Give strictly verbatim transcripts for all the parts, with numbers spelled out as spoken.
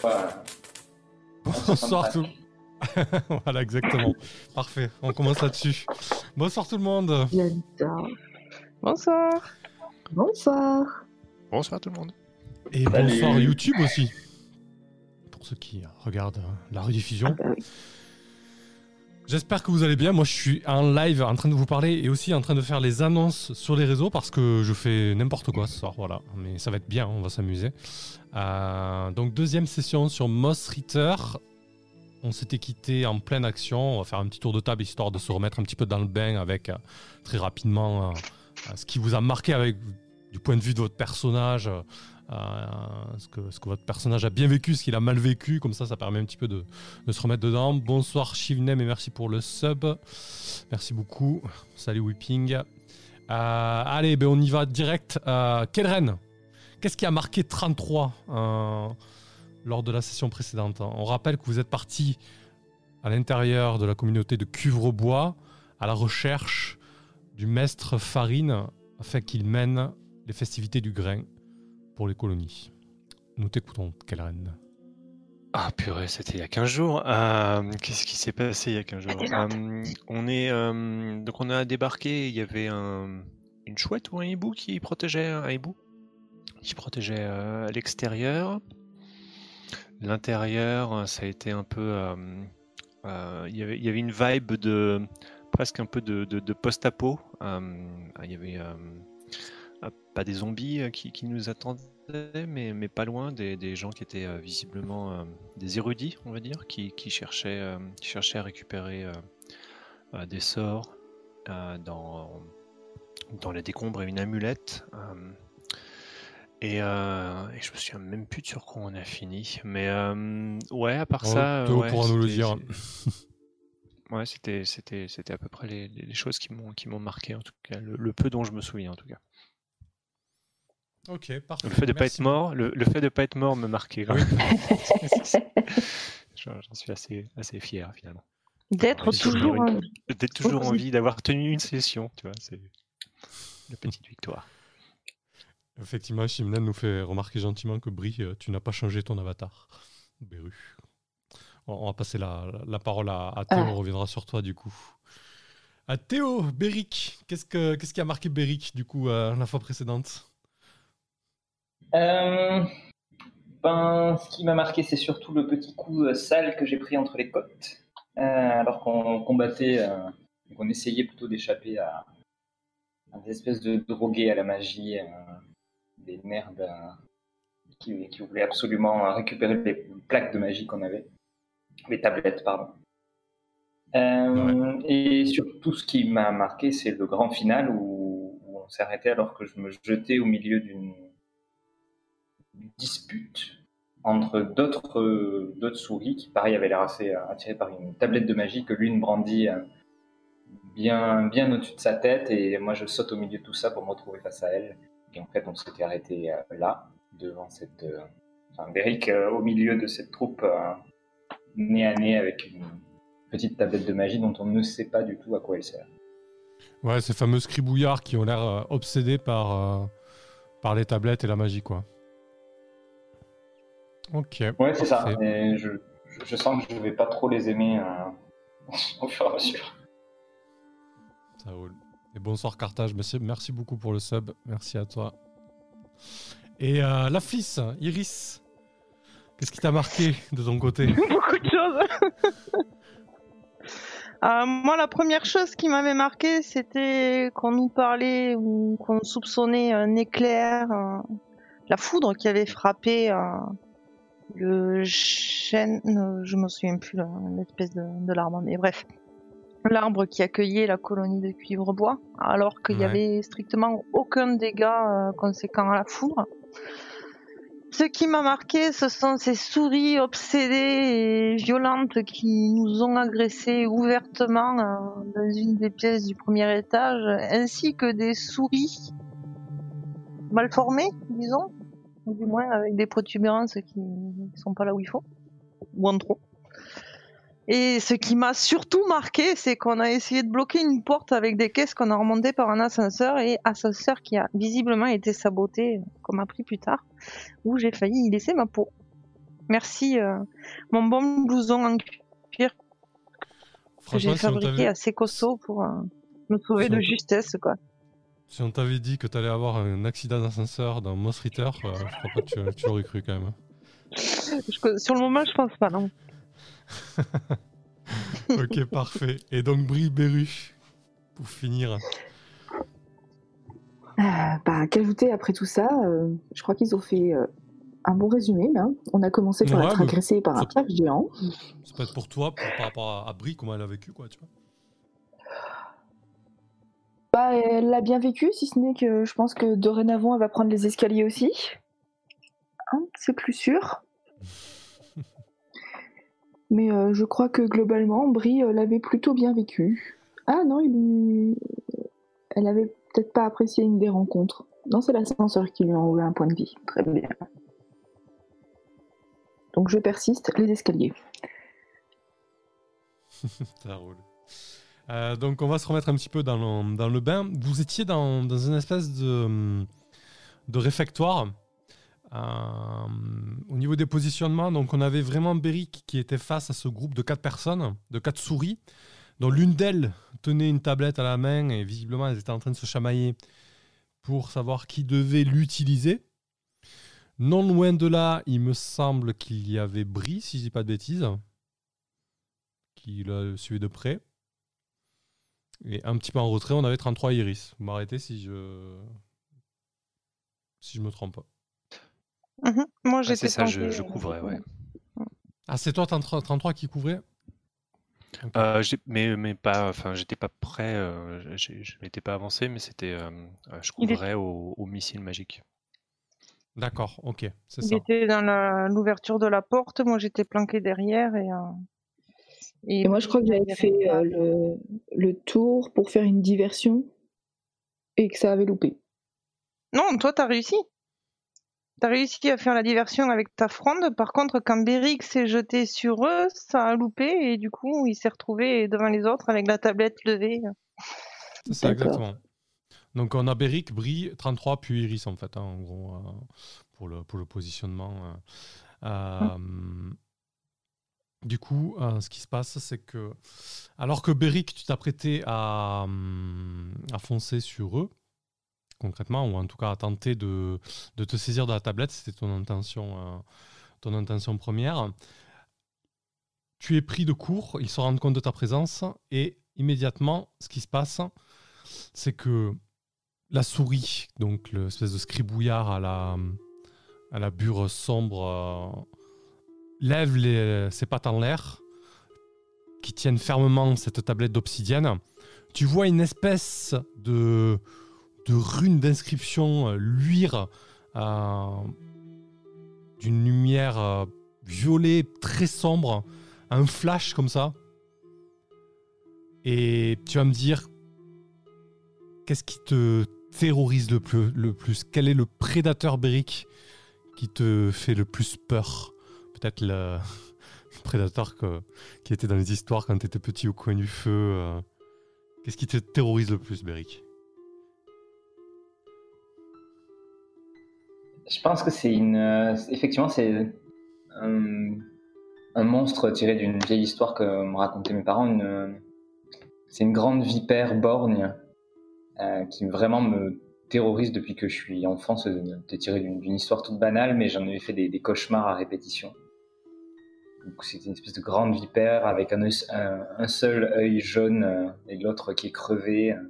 Voilà. Bonsoir tout le monde. Voilà, exactement. Parfait, on commence là-dessus. Bonsoir tout le monde. J'adore. Bonsoir. Bonsoir. Bonsoir tout le monde. Et Salut. bonsoir YouTube aussi. Pour ceux qui regardent la rediffusion. Ah bah oui. J'espère que vous allez bien. Moi, je suis en live en train de vous parler et aussi en train de faire les annonces sur les réseaux parce que je fais n'importe quoi ce soir. Voilà, mais ça va être bien, on va s'amuser. Euh, donc, deuxième session sur Moss Ritter. On s'était quitté en pleine action. On va faire un petit tour de table histoire de se remettre un petit peu dans le bain avec euh, très rapidement euh, ce qui vous a marqué avec, du point de vue de votre personnage. Euh, ce, que, ce que votre personnage a bien vécu, ce qu'il a mal vécu, comme ça ça permet un petit peu de, de se remettre dedans. Bonsoir Shivnem et merci pour le sub, merci beaucoup, salut Whipping. Euh, allez ben on y va direct. euh, Kedren, qu'est-ce qui a marqué trente-trois euh, lors de la session précédente? On rappelle que vous êtes parti à l'intérieur de la communauté de Cuvrebois à la recherche du maître Farine afin qu'il mène les festivités du grain pour les colonies. Nous t'écoutons, Kedren. Ah purée, c'était il y a quinze jours. Euh, qu'est-ce qui s'est passé il y a quinze jours? euh, On est euh, donc on a débarqué. Il y avait un, une chouette ou un hibou qui protégeait un hibou qui protégeait euh, l'extérieur. L'intérieur, ça a été un peu. Euh, euh, il y avait il y avait une vibe de presque un peu de, de, de post-apo. Euh, il y avait euh, pas des zombies euh, qui, qui nous attendaient, mais, mais pas loin, des, des gens qui étaient euh, visiblement euh, des érudits, on va dire, qui, qui, cherchaient, euh, qui cherchaient à récupérer euh, euh, des sorts euh, dans, dans les décombres et une amulette. Euh, et, euh, et je me souviens même plus de sur quoi on a fini. Mais euh, ouais, à part Oh, ça... Théo ouais, pourra nous le c'était- dire. Ouais, c'était, c'était, c'était à peu près les, les les choses qui m'ont, qui m'ont marqué, en tout cas, le, le peu dont je me souviens, en tout cas. Ok, parfait. Le fait de pas Merci. être mort, le, le fait de pas être mort me marquait. quand Oui. même. J'en j'en suis assez, assez fier finalement. D'être Ouais, toujours une- en D'être toujours en Oui. vie, d'avoir tenu une session, tu vois, c'est une petite victoire. Effectivement, Shimnen nous fait remarquer gentiment que Brie, euh, tu n'as pas changé ton avatar. Beru. On, on va passer la, la parole à, à Théo, Ah. on reviendra sur toi du coup. À Théo, Béric, qu'est-ce, que, qu'est-ce qui a marqué Béric du coup euh, la fois précédente? Euh, ben, ce qui m'a marqué, c'est surtout le petit coup euh, sale que j'ai pris entre les côtes, euh, alors qu'on combattait, euh, qu'on essayait plutôt d'échapper à, à des espèces de drogués à la magie, euh, des merdes euh, qui, qui voulaient absolument récupérer les plaques de magie qu'on avait, les tablettes, pardon. Euh, Et surtout, ce qui m'a marqué, c'est le grand final où, où on s'est arrêté alors que je me jetais au milieu d'une dispute entre d'autres euh, d'autres souris qui, pareil, avaient l'air assez euh, attirées par une tablette de magie que l'une brandit euh, bien, bien au-dessus de sa tête, et moi je saute au milieu de tout ça pour me retrouver face à elle. Et en fait, on s'était arrêté euh, là, devant cette. Euh, enfin, Béric euh, au milieu de cette troupe euh, nez à nez avec une petite tablette de magie dont on ne sait pas du tout à quoi elle sert. Ouais, ces fameux scribouillards qui ont l'air euh, obsédés par, euh, par les tablettes et la magie, quoi. Ok. Ouais, c'est ça. parfait. Et je, je, je sens que je vais pas trop les aimer euh, au fur et à mesure. Ça roule. Et bonsoir Carthage, merci, merci beaucoup pour le sub, merci à toi. Et euh, la fils, Iris, qu'est-ce qui t'a marqué de ton côté? beaucoup de choses. Euh, moi, la première chose qui m'avait marqué, c'était qu'on nous parlait ou qu'on soupçonnait un éclair, euh, la foudre qui avait frappé euh, le chêne, euh, je me souviens plus là, l'espèce de, de l'arbre, mais bref, l'arbre qui accueillait la colonie de Cuivrebois, alors qu'il n'y Ouais. avait strictement aucun dégât euh, conséquent à la foudre. Ce qui m'a marqué, ce sont ces souris obsédées et violentes qui nous ont agressés ouvertement euh, dans une des pièces du premier étage, ainsi que des souris mal formées, disons, ou du moins avec des protubérances qui ne sont pas là où il faut, ou en trop. Et ce qui m'a surtout marqué, c'est qu'on a essayé de bloquer une porte avec des caisses qu'on a remontées par un ascenseur, et ascenseur qui a visiblement été saboté, comme appris plus tard, où j'ai failli y laisser ma peau. Merci, euh, mon bon blouson en cuir que j'ai Franchement, si on fabriqué t'avait assez costaud pour euh, me sauver si de on t- justesse, quoi. si on t'avait dit que t'allais avoir un accident d'ascenseur dans Monster Eater, euh, je crois pas que tu, tu l'aurais cru quand même. Je- sur le moment, je pense pas, non. Ok, parfait. Et donc Brie Beru, pour finir. Euh, bah, qu'ajouter après tout ça euh, Je crois qu'ils ont fait euh, un bon résumé. Là. On a commencé par Ouais, être mais agressé par un ça- pierre géant. Ça peut être pour toi, pour- par rapport à, à Brie, comment elle a vécu, quoi, tu vois. Bah, elle l'a bien vécu, si ce n'est que je pense que dorénavant, elle va prendre les escaliers aussi. Hein, c'est plus sûr. Mais euh, je crois que globalement, Brie euh, l'avait plutôt bien vécu. Ah non, il... elle avait peut-être pas apprécié une des rencontres. Non, c'est l'ascenseur qui lui a enlevé un point de vie. Très bien. Donc je persiste, les escaliers. Ça roule. Euh, donc on va se remettre un petit peu dans le, dans le bain. Vous étiez dans, dans une espèce de, de réfectoire. Euh, au niveau des positionnements, donc on avait vraiment Beric qui était face à ce groupe de quatre personnes, de quatre souris, dont l'une d'elles tenait une tablette à la main et visiblement elles étaient en train de se chamailler pour savoir qui devait l'utiliser. Non loin de là, il me semble qu'il y avait Brie, si je dis pas de bêtises, qui l'a suivi de près. Et un petit peu en retrait, on avait trente-trois Iris. Vous m'arrêtez si je si je me trompe pas. Mhm. Moi, Ah, j'étais c'est ça, je, planquée, je euh, couvrais, ouais. Ah, c'est toi trente-trois qui couvrait? Ok. Euh, j'ai- mais, mais pas, enfin, j'étais pas prêt, euh, j'ai- je m'étais pas avancé, mais c'était, euh, euh, je Il est- couvrais au, au missile magique. D'accord, ok, c'est Il ça. était dans la- l'ouverture de la porte, moi j'étais planquée derrière et, euh, Et moi, je crois que j'avais fait euh, le, le tour pour faire une diversion et que ça avait loupé. Non, toi t'as réussi. T'as réussi à faire la diversion avec ta fronde. Par contre, quand Beric s'est jeté sur eux, ça a loupé et du coup, il s'est retrouvé devant les autres avec la tablette levée. C'est ça, D'accord. exactement. Donc on a Beric, Brie, trente-trois, puis Iris en fait, hein, en gros, euh, pour, le, pour le positionnement. euh. Euh, Du coup, euh, ce qui se passe, c'est que alors que Beric, tu t'apprêtais à, hum, à foncer sur eux, concrètement, ou en tout cas à tenter de, de te saisir de la tablette, c'était ton intention, euh, ton intention première. Tu es pris de court, ils se rendent compte de ta présence, et immédiatement, ce qui se passe, c'est que la souris, donc l'espèce de scribouillard à la, à la bure sombre, euh, lève les, ses pattes en l'air, qui tiennent fermement cette tablette d'obsidienne. Tu vois une espèce de, de rune d'inscription euh, luire euh, d'une lumière euh, violet très sombre, un flash comme ça. Et tu vas me dire, qu'est-ce qui te terrorise le plus, le plus? Quel est le prédateur Beric qui te fait le plus peur? Peut-être le, le prédateur que, qui était dans les histoires quand tu étais petit au coin du feu. euh. Qu'est-ce qui te terrorise le plus, Beric? Je pense que c'est une. euh, effectivement, c'est un, un monstre tiré d'une vieille histoire que me racontaient mes parents. Une, c'est une grande vipère borgne euh, qui vraiment me terrorise depuis que je suis enfant. C'est tiré d'une, d'une histoire toute banale, mais j'en ai fait des, des cauchemars à répétition. Donc, c'est une espèce de grande vipère avec un, œil- un, un seul œil jaune euh, et l'autre qui est crevé, euh,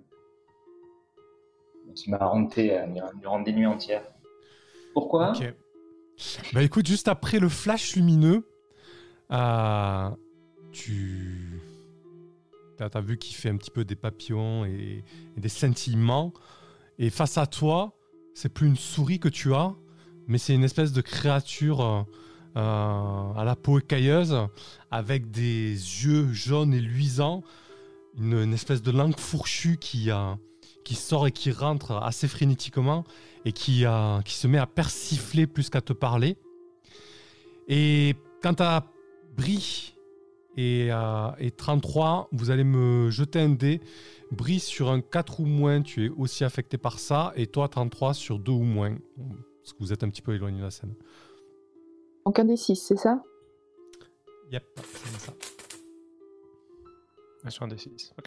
qui m'a hanté euh, durant des nuits entières. Pourquoi? Ok. Bah écoute, juste après le flash lumineux, euh, tu as vu qu'il fait un petit peu des papillons et, et des scintillements. Et face à toi, c'est plus une souris que tu as, mais c'est une espèce de créature euh, à la peau écailleuse, avec des yeux jaunes et luisants, une, une espèce de langue fourchue qui, euh, qui sort et qui rentre assez frénétiquement, et qui, euh, qui se met à persifler plus qu'à te parler. Et quant à Brie et, euh, et trente-trois, vous allez me jeter un dé. Brie, sur un quatre ou moins, tu es aussi affecté par ça, et toi, trente-trois, sur deux ou moins, parce que vous êtes un petit peu éloigné de la scène. Donc un des six, c'est ça? Yep, c'est ça. Ah, sur un des six, ok.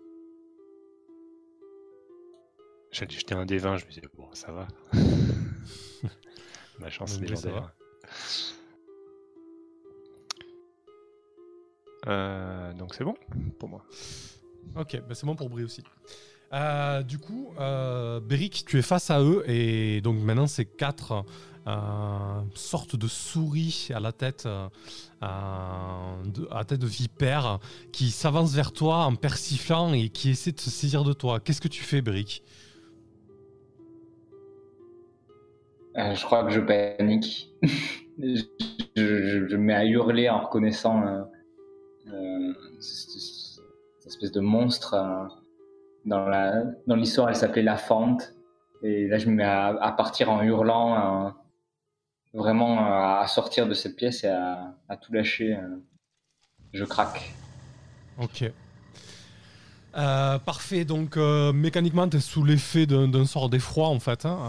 J'allais jeter un des vingt, je me disais, bon, ça va. Ma chance Donc, légendaire. Euh, donc c'est bon pour moi. Ok, bah c'est bon pour Brie aussi. Euh, du coup, euh, Beric, tu es face à eux et donc maintenant c'est quatre euh, sortes de souris à la tête, euh, de, à la tête de vipère qui s'avancent vers toi en persiflant et qui essaient de se saisir de toi. Qu'est-ce que tu fais, Beric? Euh, je crois que je panique. je, je, je me mets à hurler en reconnaissant euh, euh, cette, cette espèce de monstre. Euh, dans, la, dans l'histoire, elle s'appelait La Fente. Et là, je me mets à, à partir en hurlant, à, vraiment à sortir de cette pièce et à, à tout lâcher. Euh, je craque. Ok. Euh, parfait, donc euh, mécaniquement tu es sous l'effet d'un, d'un sort d'effroi en fait. Hein.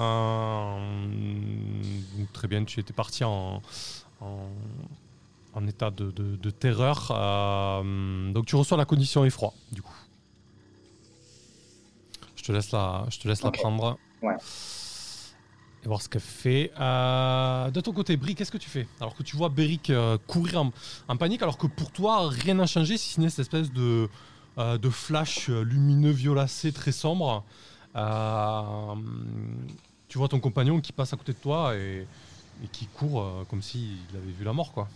Euh, très bien, tu étais parti en, en, en état de, de, de terreur. Euh, donc tu reçois la condition effroi du coup. Je te laisse la, je te laisse okay. la prendre. Ouais. Et voir ce qu'elle fait. Euh, de ton côté, Brie, qu'est-ce que tu fais? Alors que tu vois Beric euh, courir en, en panique, alors que pour toi, rien n'a changé, si ce n'est cette espèce de, euh, de flash lumineux violacé très sombre. Euh, tu vois ton compagnon qui passe à côté de toi et, et qui court euh, comme s'il avait vu la mort, quoi.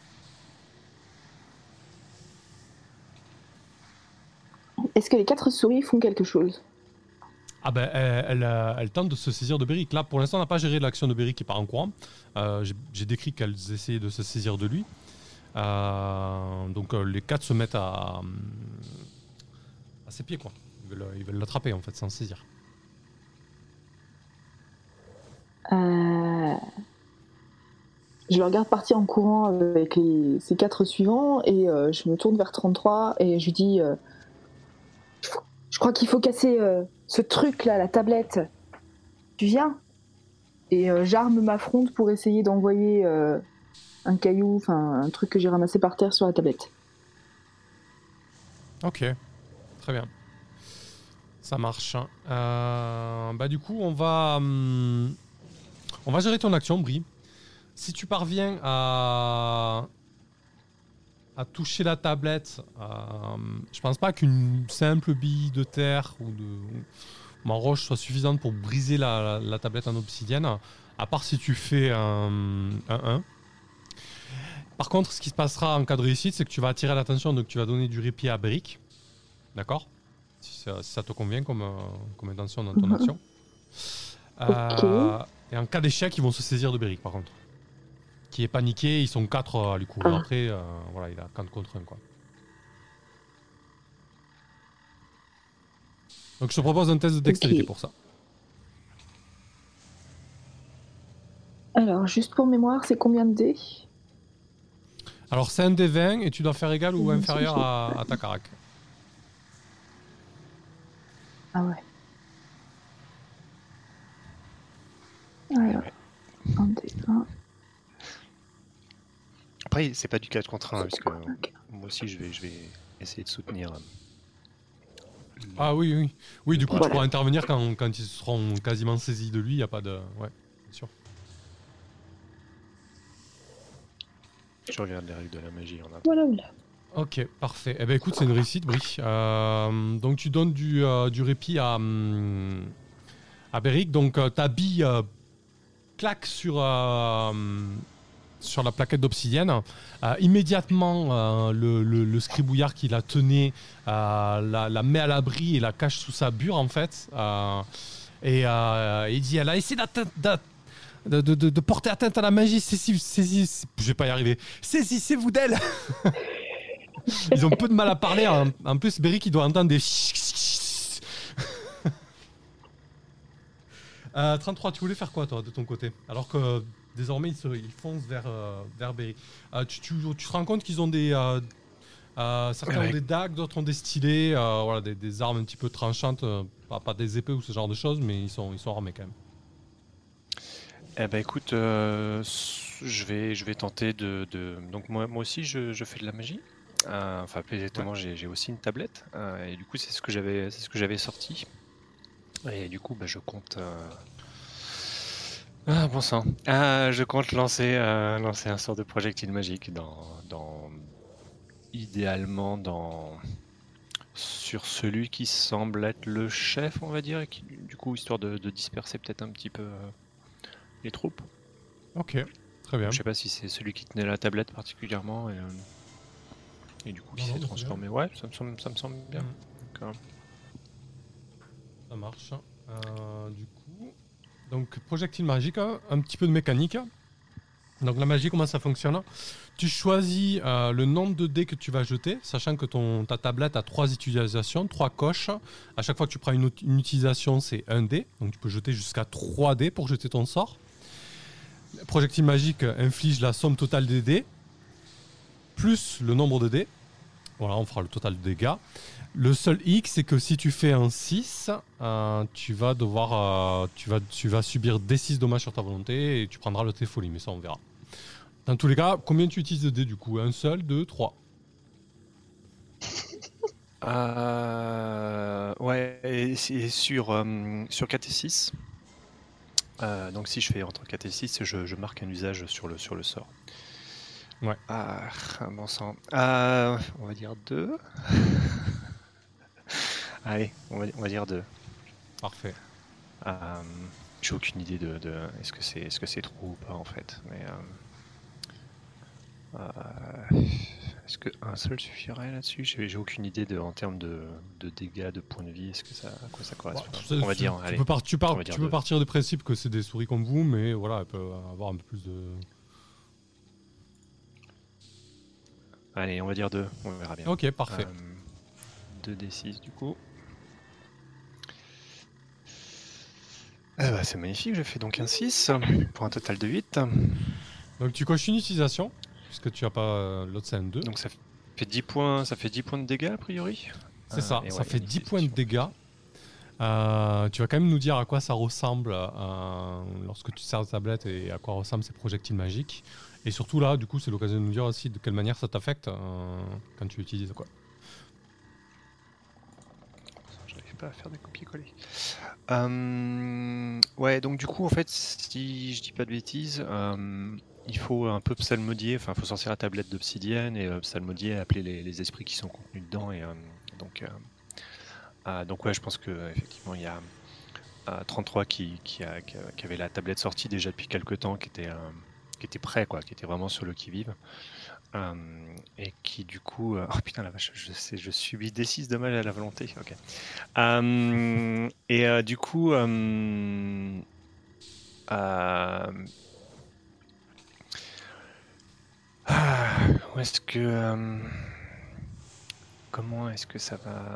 Est-ce que les quatre souris font quelque chose? Ah ben, elle, elle, elle tente de se saisir de Beric. Là, pour l'instant, on n'a pas géré l'action de Beric qui part en courant. Euh, j'ai, j'ai décrit qu'elles essayaient de se saisir de lui. Euh, donc, euh, les quatre se mettent à, à ses pieds, quoi. Ils veulent, ils veulent l'attraper, en fait, sans se saisir. Euh... Je le regarde partir en courant avec les, ces quatre suivants et euh, je me tourne vers trente-trois et je lui dis euh, je crois qu'il faut casser euh, ce truc là, la tablette. Tu viens? Et euh, j'arme ma fronde pour essayer d'envoyer euh, un caillou, enfin un truc que j'ai ramassé par terre sur la tablette. Ok, très bien. Ça marche. Euh, bah du coup, on va, hum, on va gérer ton action, Brie. Si tu parviens à, à toucher la tablette, euh, je pense pas qu'une simple bille de terre ou de ou en roche soit suffisante pour briser la, la, la tablette en obsidienne, à part si tu fais un un. Par contre, ce qui se passera en cas de réussite, c'est que tu vas attirer l'attention, donc tu vas donner du répit à Beric. D'accord? Si ça, si ça te convient comme, comme intention dans ton Mmh. action. Okay. Euh, et en cas d'échec, ils vont se saisir de Beric, par contre. Qui est paniqué, ils sont quatre à lui courir ah. après. Euh, voilà, il a quatre contre un, quoi. Donc je te propose un test de dextérité Okay. pour ça. Alors, juste pour mémoire, c'est combien de dés? Alors c'est un des vingt et tu dois faire égal ou Mmh, inférieur c'est à, à ta carac. Ah ouais. Alors, un dé un. Après, c'est pas du quatre contre un, puisque Okay. moi aussi je vais, je vais essayer de soutenir. euh, Ah oui, oui. Oui, du coup, Voilà. tu pourras intervenir quand, quand ils seront quasiment saisis de lui, il n'y a pas de... Ouais, bien sûr. Je regarde les règles de la magie en attendant. Voilà, voilà. Ok, parfait. Eh ben écoute, c'est une réussite, Brie. Euh, donc tu donnes du, euh, du répit à, hum, à Beric. Donc euh, ta bille euh, claque sur, euh, sur la plaquette d'obsidienne. Euh, immédiatement, euh, le, le, le scribouillard qui la tenait euh, la, la met à l'abri et la cache sous sa bure, en fait. Euh, et euh, il dit, elle a essayé d'atteindre... De, de, de, de porter atteinte à la magie, saisissez, saisissez, je vais pas y arriver. Saisissez-vous d'elle. Ils ont peu de mal à parler. En, en plus, Beric, il doit entendre des. euh, trente-trois, tu voulais faire quoi, toi, de ton côté? Alors que désormais, ils, se, ils foncent vers, euh, vers Beric. Euh, tu, tu, tu te rends compte qu'ils ont des. Euh, euh, certains Ouais. ont des dagues, d'autres ont des stylets, euh, voilà, des, des armes un petit peu tranchantes. Euh, pas, pas des épées ou ce genre de choses, mais ils sont, ils sont armés quand même. Eh ben écoute, euh, s- je vais, je vais tenter de, de... donc moi, moi aussi je, je fais de la magie. Euh, enfin plus exactement, j'ai, j'ai aussi une tablette euh, et du coup c'est ce que j'avais, c'est ce que j'avais sorti. Et du coup bah, je compte. Euh... Ah bon sang, ah, je compte lancer, euh, lancer un sort de projectile magique dans, dans, idéalement dans sur celui qui semble être le chef, on va dire, et qui, du coup histoire de, de disperser peut-être un petit peu euh, les troupes. Ok, très bien. Je sais pas si c'est celui qui tenait la tablette particulièrement et, euh, et du coup qui Non, s'est non, transformé. Ouais, ça me semble, ça me semble bien. Mm. Donc, euh, Ça marche. Euh, du coup, donc projectile magique, hein, un petit peu de mécanique. Donc la magie, comment ça fonctionne? Tu choisis euh, le nombre de dés que tu vas jeter, sachant que ton, ta tablette a trois utilisations, trois coches. À chaque fois que tu prends une, une utilisation, c'est un dé. Donc tu peux jeter jusqu'à trois dés pour jeter ton sort. Projectile magique inflige la somme totale des dés, plus le nombre de dés. Voilà, on fera le total de dégâts. Le seul hic, c'est que si tu fais un six, euh, tu vas devoir, euh, tu vas, tu vas subir D six dommages sur ta volonté et tu prendras le T folie, mais ça on verra. Dans tous les cas, combien tu utilises de dés du coup? Un seul, deux, trois? euh, ouais, et c'est sur, euh, sur quatre et six. Euh, donc si je fais entre quatre et six, je, je marque un usage sur le, sur le sort. Ouais. Ah, bon sang. Euh, on va dire deux. Allez, on va, on va dire deux. Parfait. Euh, j'ai aucune idée de, de est-ce que c'est est-ce que c'est trop ou pas en fait, mais euh, euh, est-ce que un seul suffirait là-dessus? J'ai, j'ai aucune idée de en termes de, de dégâts, de points de vie, est-ce que ça à quoi ça correspond? Bon, on va tu, dire, tu allez, peux, par, tu, par, on va dire tu peux deux. partir du principe que c'est des souris comme vous, mais voilà, elles peuvent avoir un peu plus de. Allez, on va dire deux, on verra bien. Ok, parfait. Euh, deux D six du coup. Eh bah, c'est magnifique, je fais donc un six pour un total de huit. Donc tu coches une utilisation, puisque tu n'as pas euh, l'autre c'est un deux. Donc ça fait dix points, ça fait dix points de dégâts a priori. C'est euh, ça, et ça ouais, fait une dix points de utilisation. dégâts. Euh, tu vas quand même nous dire à quoi ça ressemble euh, lorsque tu sers la tablette et à quoi ressemblent ces projectiles magiques. Et surtout là, du coup, c'est l'occasion de nous dire aussi de quelle manière ça t'affecte euh, quand tu l'utilises, quoi. J'arrive pas à faire des copier-coller. Euh, ouais, donc du coup, en fait, si je dis pas de bêtises, euh, il faut un peu psalmodier, enfin, il faut sortir la tablette d'obsidienne et euh, psalmodier, appeler les, les esprits qui sont contenus dedans. Et euh, donc, euh, euh, donc, ouais, je pense qu'effectivement, il y a euh, trente-trois qui, qui, a, qui, a, qui avait la tablette sortie déjà depuis quelques temps, qui était, euh, qui était prêt, quoi, qui était vraiment sur le qui-vive. Euh, et qui du coup euh... oh putain la vache, je sais, je subis D six dommages à la volonté. Ok. Euh, et euh, du coup, euh, euh, ah, où est-ce que, euh, comment est-ce que ça va?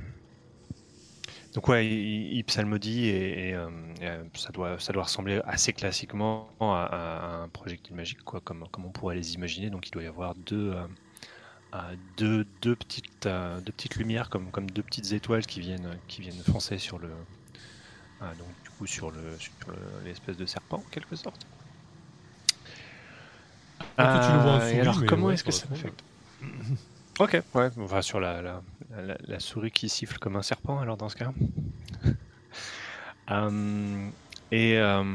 Donc ouais, il, il psalmodie et, et, euh, et euh, ça doit, ça doit ressembler assez classiquement à, à un projectile magique, quoi, comme, comme on pourrait les imaginer. Donc il doit y avoir deux, euh, euh, deux, deux petites, euh, deux petites lumières, comme, comme deux petites étoiles qui viennent, qui viennent foncer sur le, euh, donc du coup sur le, sur le, l'espèce de serpent en quelque sorte. Là, toi, tu le vois en Euh, et souris, alors mais comment ouais, est-ce que ça ressemble. m'affecte? Ok, ouais, on va sur la, la, la, la souris qui siffle comme un serpent, alors dans ce cas. euh, et euh,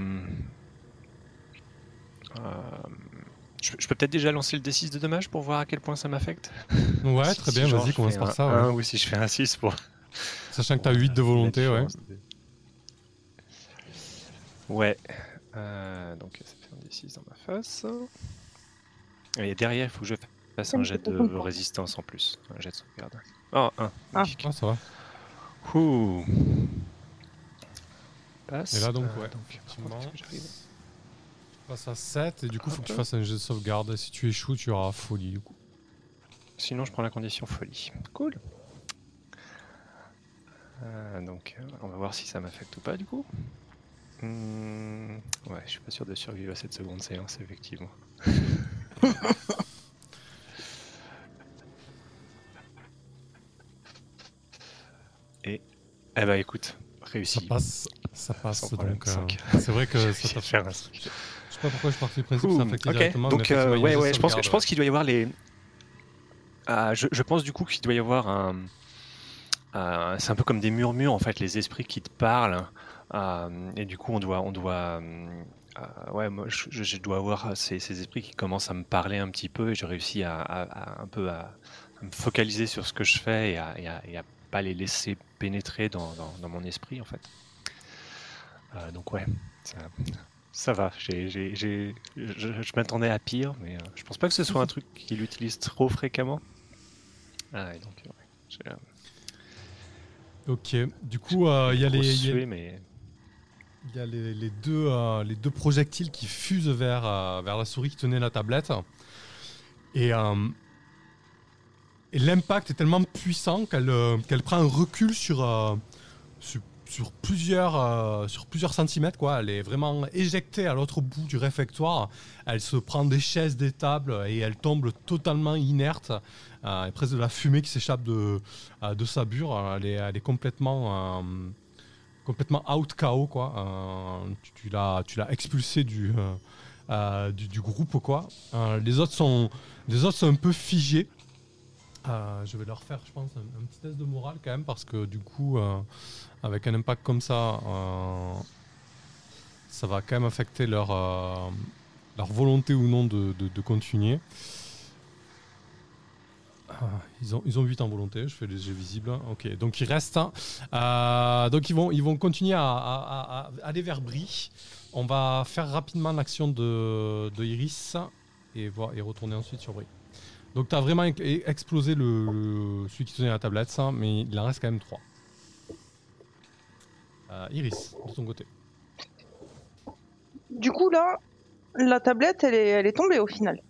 euh, je, je peux peut-être déjà lancer le D six de dommages pour voir à quel point ça m'affecte. Ouais, Si- très si bien, genre vas-y, je commence fais par un ça. Ouais. un, ou si je fais un six pour. Sachant que tu as pour, huit de euh, la volonté, ouais. différence de- Ouais. Euh, donc ça fait un D six dans ma face. Et derrière, il faut que je fasse un jet de résistance en plus. Un jet de sauvegarde. Oh, un. Magnifique. Ah, ça va. Ouh. Passe. Et là, donc, Euh, ouais, donc, effectivement, comment est-ce que j'arrive tu passes à sept, et du coup, il faut que tu Hop. fasses un jet de sauvegarde. Si tu échoues, tu auras folie, du coup. Sinon, je prends la condition folie. Cool. Euh, donc, euh, on va voir si ça m'affecte ou pas, du coup. Hmm, ouais, je suis pas sûr de survivre à cette seconde séance, effectivement. Et, eh ben, écoute, réussi. Ça passe, ça passe. Sans problème, Donc, euh, cinq. c'est vrai que ça J'ai t'a fait un cinq. Je sais pas pourquoi je pars du principe que ça affecte Ok, directement. donc mais euh, effectivement, ouais, il y a ouais, une je pense, sauvegarde, je pense qu'il doit y avoir les. Ah, je, je pense du coup qu'il doit y avoir un. euh, c'est un peu comme des murmures en fait, les esprits qui te parlent. euh, et du coup, on doit, on doit. euh, euh, ouais, moi, je, je- je dois avoir ces, ces esprits qui commencent à me parler un petit peu et je réussis à, à- à un peu à, à me focaliser sur ce que je fais et à, et à, et à pas les laisser pénétrer dans, dans, dans mon esprit en fait. Euh, donc ouais, ça, ça va. J'ai, j'ai, j'ai- je, je m'attendais à pire, mais euh, je pense pas que ce soit un truc qu'il utilise trop fréquemment. Ah, et donc, ouais, j'ai, euh, Ok, du coup, euh, il y a, une grosse les, il y a- suée, mais il y a les, les deux, euh, les deux projectiles qui fusent vers, euh, vers la souris qui tenait la tablette. Et, euh, et l'impact est tellement puissant qu'elle euh, qu'elle prend un recul sur, euh, sur, sur plusieurs, euh, sur plusieurs centimètres. Quoi. Elle est vraiment éjectée à l'autre bout du réfectoire. Elle se prend des chaises, des tables et elle tombe totalement inerte. Euh, et presque de la fumée qui s'échappe de, euh, de sa bure. Elle est, elle est complètement... euh, complètement out K O quoi. Euh, tu, tu l'as tu l'as expulsé du, euh, euh, du, du groupe quoi. Euh, les autres sont les autres sont un peu figés. Euh, je vais leur faire je pense un, un petit test de morale quand même parce que du coup euh, avec un impact comme ça euh, ça va quand même affecter leur euh, leur volonté ou non de, de, de continuer. Ah, ils ont ils ont huit en volonté, je fais les jets visibles. Ok, donc il reste un. Euh, donc ils vont ils vont continuer à, à- à- à aller vers Brie. On va faire rapidement l'action de, de Iris et voir et retourner ensuite sur Brie. Donc tu as vraiment e- explosé le, le- celui qui tenait la tablette, ça, mais il en reste quand même trois. Euh, Iris, de ton côté. Du coup, là, la tablette, elle est, elle est tombée au final.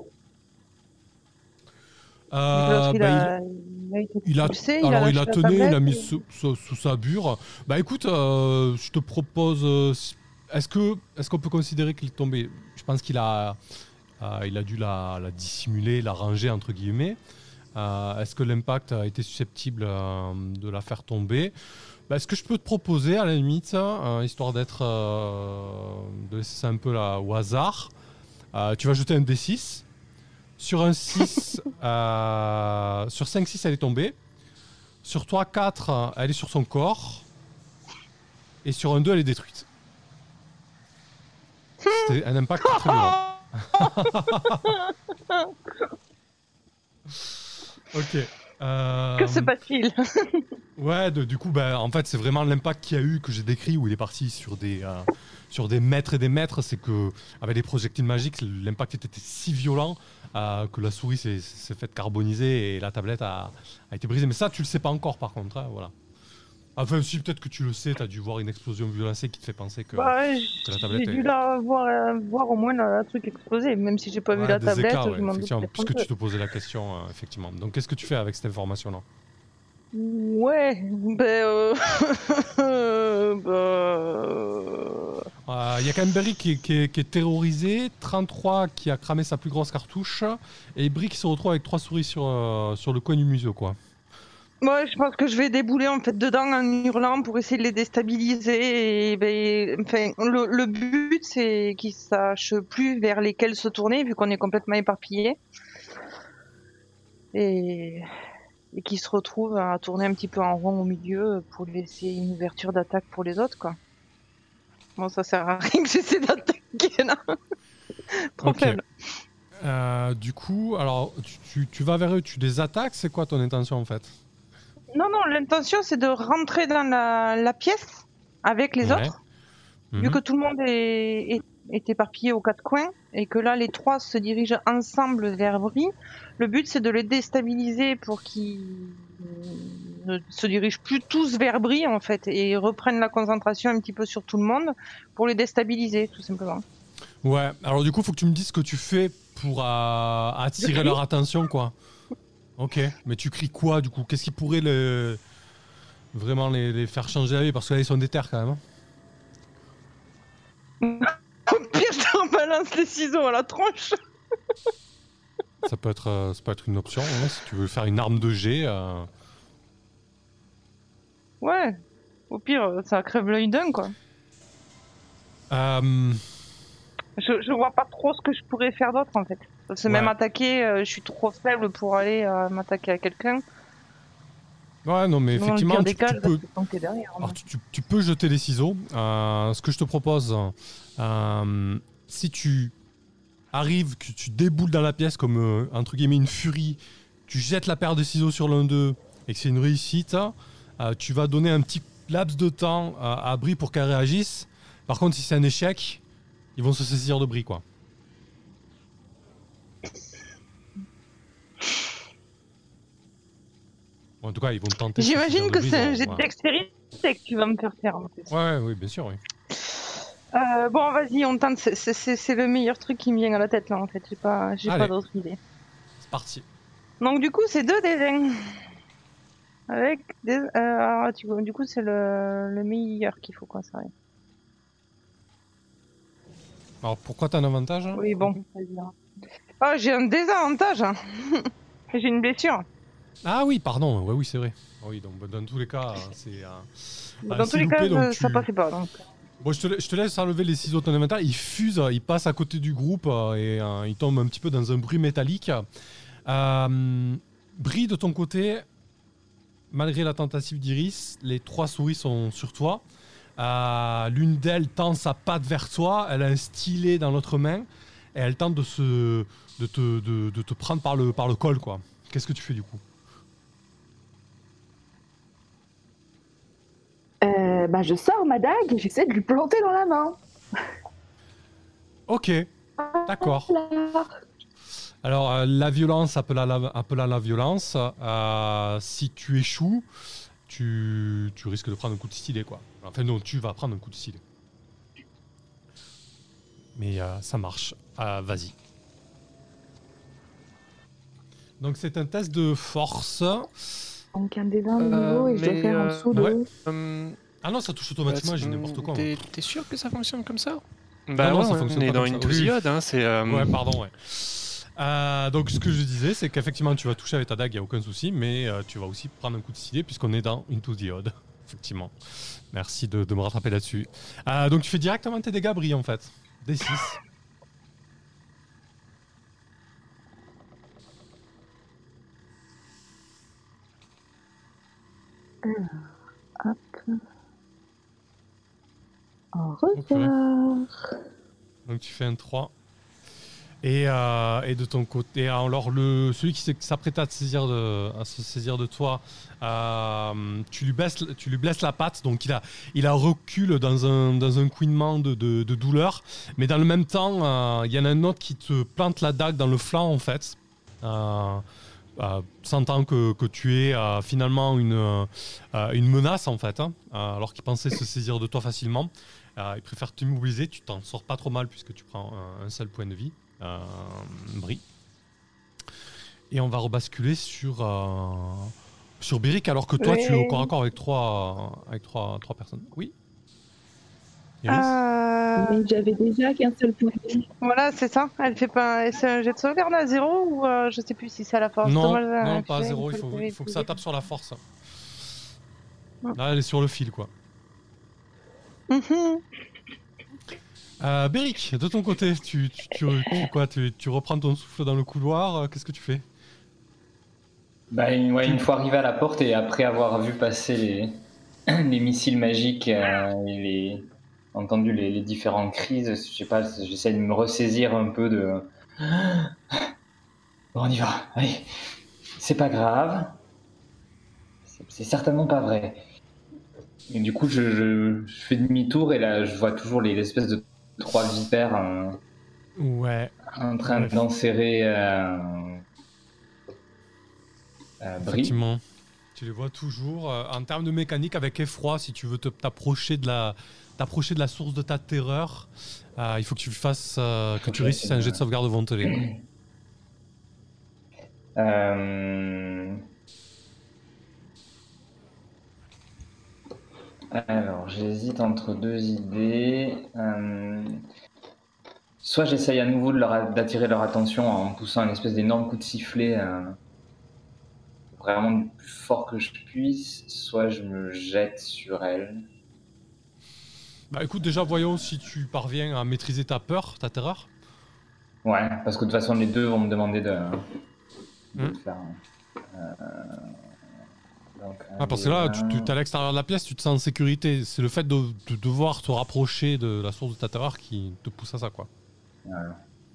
Donc, l'autre, Euh, il, bah, il, a, il a été Il a, expulsé, il a alors il lâché a la tenu, il tablette. a mis et- sous, sous- sous sa bure. Bah écoute, euh, je te propose. euh, si- Est-ce que, est-ce qu'on peut considérer qu'il est tombé? Je pense qu'il a, euh, il a dû la, la dissimuler, la ranger entre guillemets. Euh, est-ce que l'impact a été susceptible euh, de la faire tomber? Bah, est-ce que je peux te proposer à la limite, euh, histoire d'être, euh, de laisser ça un peu là, au hasard. Euh, tu vas jeter un D six. Sur un six, euh, sur cinq six, elle est tombée. Sur trois quatre, elle est sur son corps. Et sur un deux, elle est détruite. C'était un impact très violent. Ok. Euh, Que se passe-t-il? Ouais, de- du coup, bah, en fait, c'est vraiment l'impact qu'il y a eu que j'ai décrit où il est parti sur des, euh, sur des mètres et des mètres. C'est que avec des projectiles magiques, l'impact était si violent euh, que la souris s'est, s'est faite carboniser et la tablette a, a été brisée. Mais ça, tu le sais pas encore, par contre. Hein, voilà. Enfin, si peut-être que tu le sais, tu as dû voir une explosion violacée qui te fait penser que, Bah, que la tablette j'ai dû est. la voir, euh, voir au moins le truc exploser, même si j'ai pas vu Ouais, la des tablette, écarts, je ouais, m'en doute effectivement, peut-être un puisque peu. tu te posais la question, euh, effectivement. Donc, qu'est-ce que tu fais avec cette information-là? Ouais, ben euh... bah, euh, Il y a quand même Berry qui est, qui, est, qui est terrorisé, trente-trois qui a cramé sa plus grosse cartouche, et Brie qui se retrouve avec trois souris sur, euh, sur le coin du museau, quoi. Ouais, je pense que je vais débouler en fait dedans en hurlant pour essayer de les déstabiliser. Et ben, enfin, le, le but c'est qu'ils sachent plus vers lesquels se tourner vu qu'on est complètement éparpillés et, et qu'ils se retrouvent à tourner un petit peu en rond au milieu pour laisser une ouverture d'attaque pour les autres, quoi. Bon, ça sert à rien que j'essaie d'attaquer là. Trop Ok. faible. Euh, du coup, alors, tu, tu, tu vas vers eux, tu les attaques, c'est quoi ton intention en fait? Non, non, l'intention c'est de rentrer dans la, la pièce avec les Ouais. autres. Mhm. Vu que tout le monde est, est, est éparpillé aux quatre coins et que là les trois se dirigent ensemble vers Brie, le but c'est de les déstabiliser pour qu'ils ne se dirigent plus tous vers Brie en fait et reprennent la concentration un petit peu sur tout le monde pour les déstabiliser tout simplement. Ouais, alors du coup, faut que tu me dises ce que tu fais pour euh, attirer leur attention, quoi. Ok, mais tu cries quoi du coup? Qu'est-ce qui pourrait le... vraiment les, les faire changer d'avis? Parce que là, ils sont déter quand même. Hein. Au pire, je leur balance les ciseaux à la tronche. Ça peut être, euh, ça peut être une option, hein, si tu veux faire une arme de jet. Euh... Ouais, au pire, ça crève l'œil d'un quoi. Euh... Je, je vois pas trop ce que je pourrais faire d'autre en fait. Parce que Ouais. même attaquer, euh, je suis trop faible pour aller euh, m'attaquer à quelqu'un. Ouais, non, mais Sinon, le effectivement, pire tu, des cas, tu je peux. reste planté derrière. Alors, tu, tu- tu peux jeter les ciseaux. Euh, ce que je te propose, euh, si tu arrives, que tu déboules dans la pièce comme euh, entre guillemets une furie, tu jettes la paire de ciseaux sur l'un d'eux et que c'est une réussite, euh, tu vas donner un petit laps de temps à, à Brie pour qu'elle réagisse. Par contre, si c'est un échec, ils vont se saisir de Brie, quoi. Bon, en tout cas, ils vont tenter. de se saisir J'imagine de que Brie, c'est un ils jet vont- de ouais. dextérité que tu vas me faire faire en fait. Ouais, oui, bien sûr, oui. Euh, bon, vas-y, on tente. C'est- C'est c'est- c'est le meilleur truc qui me vient à la tête là en fait. J'ai pas, j'ai Allez. pas d'autre idée. C'est parti. Donc du coup, c'est deux des vingt. Avec des. Euh, alors, tu, du coup, c'est le, le meilleur qu'il faut quoi, ça. Ouais. Alors, pourquoi t'as un avantage hein Oui, bon. vas-y, hein. Oh, j'ai un désavantage. hein. J'ai une blessure. Ah oui, pardon. Ouais, oui, c'est vrai. Oui, donc bah, dans tous les cas, c'est. euh, Dans euh, tous c'est les loupé, cas, donc ça- ça tu- passait pas. Donc. Bon, je te, la- je te laisse enlever les ciseaux de ton inventaire. Il fuse, il passe à côté du groupe euh, et euh, il tombe un petit peu dans un bruit métallique. Euh, Brie, de ton côté, malgré la tentative d'Iris, les trois souris sont sur toi. Euh, L'une d'elles tend sa patte vers toi. Elle a un stylet dans l'autre main et elle tente de, se, de, te, de, de te prendre par le, par le col, quoi. Qu'est-ce que tu fais du coup? Euh, bah, je sors ma dague et j'essaie de lui planter dans la main. Ok, d'accord. Voilà. Alors, euh, la violence appela la, appela la violence. Euh, si tu échoues, tu, tu risques de prendre un coup de stylet, quoi. Enfin, non, tu vas prendre un coup de stylet. Mais euh, ça marche. Euh, Vas-y. Donc, c'est un test de force. Donc un des vingt Euh, niveaux et je dois mais, faire en euh, dessous ouais. de... Hum, Ah non, ça touche automatiquement, bah, j'ai n'importe quoi. T'es moi. t'es sûr que ça fonctionne comme ça? Bah non, ouais, ça on fonctionne est pas dans comme une ça. Oui. tousiade, hein, c'est... euh, Ouais, pardon, ouais. Euh, donc, ce que je disais, c'est qu'effectivement, tu vas toucher avec ta dague, il n'y a aucun souci, mais euh, tu vas aussi prendre un coup de stylet puisqu'on est dans Into the Odd. Effectivement. Merci de, de me rattraper là-dessus. Euh, donc, tu fais directement tes dégâts, Brie, en fait. D six. Hop. Au revoir. Donc, tu fais un trois. Et, euh, et de ton côté, alors le, celui qui s'est- s'apprête à, te saisir de, à se saisir de toi, euh, tu, lui baisses, tu lui blesses la patte, donc il a, il a recul dans un, dans un couinement de, de, de douleur. Mais dans le même temps, euh, il y en a un autre qui te plante la dague dans le flanc, en fait. Euh, euh, sentant que, que tu es euh, finalement une, euh, une menace, en fait, hein, euh, alors qu'il pensait se saisir de toi facilement. Euh, il préfère t'immobiliser, tu t'en sors pas trop mal puisque tu prends un, un seul point de vie. Euh, Brie. Et on va rebasculer sur euh, sur Béric, alors que toi Ouais. tu es au corps à corps avec trois avec trois, trois personnes. Oui. Iris Euh, Mais j'avais déjà qu'un seul point de vie. Voilà, c'est ça. Elle fait pas. C'est un jet de sauvegarde à zéro ou euh, je sais plus si c'est à la force. Non, Dommage, non, elle pas à fait zéro. une Il fois faut, qu'elle il est faut que ça utilisée. tape sur la force. Ah. Là, elle est sur le fil, quoi. Mhm. Euh, Béric, de ton côté, tu, tu, tu, tu- quoi, tu, tu reprends ton souffle dans le couloir. euh, Qu'est-ce que tu fais? Bah, une, ouais, une fois arrivé à la porte et après avoir vu passer les, les missiles magiques euh, et les, entendu les, les différentes crises, je sais pas, j'essaie de me ressaisir un peu de. Bon, on y va, allez, c'est pas grave, c'est c'est certainement pas vrai. Et du coup, je, je, je fais demi-tour et là, je vois toujours les espèces de trois vipères euh, Ouais. en train Ouais. d'enserrer euh, euh, Brie. Effectivement. Tu les vois toujours. Euh, en termes de mécanique, avec effroi, si tu veux te- t'approcher de la t'approcher de la source de ta terreur, euh, il faut que tu fasses euh, que tu Ok, réussisses un jet de sauvegarde volontaire. Euh... Alors, j'hésite entre deux idées. Euh, Soit j'essaye à nouveau de leur- d'attirer leur attention en poussant une espèce d'énorme coup de sifflet, euh, vraiment le plus fort que je puisse, soit je me jette sur elle. Bah écoute, déjà voyons si tu parviens à maîtriser ta peur, ta terreur. Ouais, parce que de toute façon, les deux vont me demander de, de Hmm. le faire. Euh, donc, Ah, parce que là, un, tu, tu es à l'extérieur de la pièce, tu te sens en sécurité. C'est le fait de, de devoir te rapprocher de la source de ta terreur qui te pousse à ça, quoi. voilà.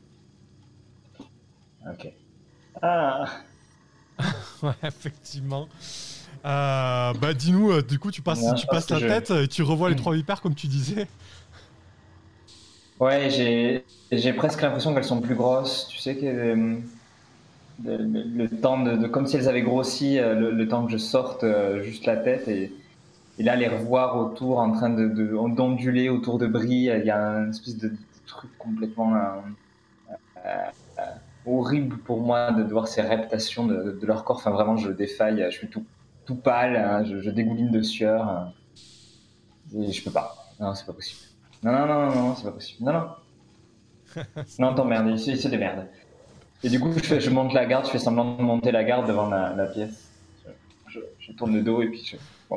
Ok. Ah, Ouais, effectivement. Euh, bah dis-nous, euh, du coup, tu passes, Non, tu je pense passes que la je- tête et tu revois les Hmm. trois vipères comme tu disais. ouais, j'ai j'ai presque l'impression qu'elles sont plus grosses. Tu sais que euh, le, le- le temps de, de- comme si elles avaient grossi, euh, le, le temps que je sorte euh, juste la tête et, et là les revoir autour en train de de- d'onduler autour de Brie, il y a une espèce de, de truc complètement euh, horrible pour moi de, de voir ces reptations de, de leur corps. Enfin vraiment, je défaille, je suis tout tout pâle, hein, je, je dégouline de sueur. Hein, et je peux pas. Non, c'est pas possible. Non, non, non, non, non, c'est pas possible. Non, non. Non, t'emmerdes, il se, il se démerde. Et du coup, je, fais, je monte la garde, je fais semblant de monter la garde devant la, la pièce. Je, je, je tourne le dos et puis je. Bon.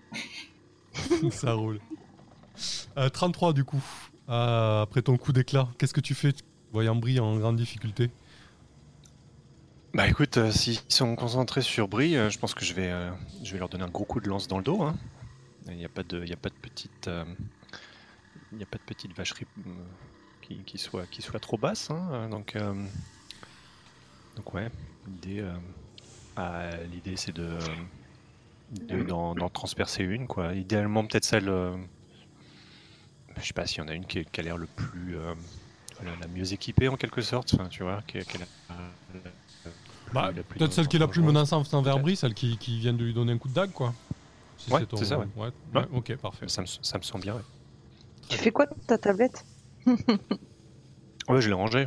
Ça roule. Euh, trente-trois du coup. Euh, après ton coup d'éclat, qu'est-ce que tu fais, voyant Brie en grande difficulté? Bah écoute, euh, s'ils sont concentrés sur Brie, euh, je pense que je vais, euh, je vais leur donner un gros coup de lance dans le dos. Hein. Il n'y a pas de, il y a pas de petite, euh, il n'y a pas de petite vacherie euh, qui, qui soit, qui soit trop basse. Hein. Euh, Donc, euh, donc ouais, l'idée, euh, ah, l'idée c'est de, euh, de- d'en, d'en transpercer une, quoi. Idéalement peut-être celle, euh, je sais pas s'il y en a une qui, qui a l'air le plus, euh, la, la mieux équipée en quelque sorte. Enfin, tu vois, qui, qui a la, la Bah, plus- la plus peut-être celle qui est la plus dangereuse. menaçante envers peut-être. Brie, celle qui, qui vient de lui donner un coup de dague, quoi. Si Ouais, ton- c'est ça, ouais. ouais, Ouais. ouais, ok, parfait. Ça me, ça me semble bien. Ouais, Tu fais quoi de ta tablette? ouais je l'ai rangée.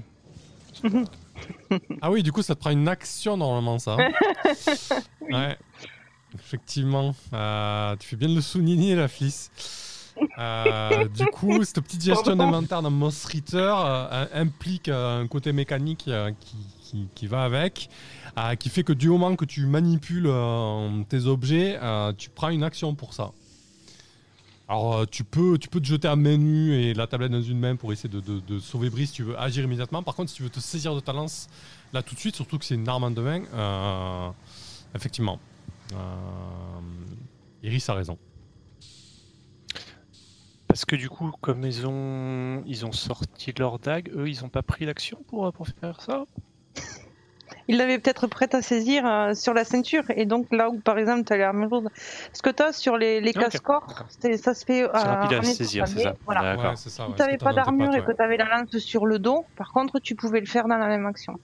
Ah oui, du coup, ça te prend une action normalement, ça. hein. Ouais, effectivement. Euh, tu fais bien de le souligner, la Fliss. Euh, du coup, cette petite gestion Pardon. d'inventaire dans Monster Eater euh, implique euh, un côté mécanique euh, qui, qui, qui va avec, euh, qui fait que du moment que tu manipules euh, tes objets, euh, tu prends une action pour ça. Alors, euh, tu peux, tu peux te jeter à main nue et la tablette dans une main pour essayer de, de, de sauver Brie si tu veux agir immédiatement. Par contre, si tu veux te saisir de ta lance là tout de suite, surtout que c'est une arme en deux mains, euh, effectivement, euh, Iris a raison. Parce que du coup, comme ils ont, ils ont sorti leur dague, eux, ils ont pas pris l'action pour, pour faire ça. Il l'avait peut-être prête à saisir euh, sur la ceinture, et donc là où par exemple tu as l'arme lourde, ce que tu as sur les, les Ah, ok, casse-corps, d'accord. c'est- ça se fait. euh, C'est rapide à en étant saisir, c'est tablé, ça. Voilà. D'accord. Ouais, c'est ça. Si ouais, tu ce que n'avais t'as pas dans tes d'armure pattes, et que ouais. tu avais la lance sur le dos, par contre tu pouvais le faire dans la même action.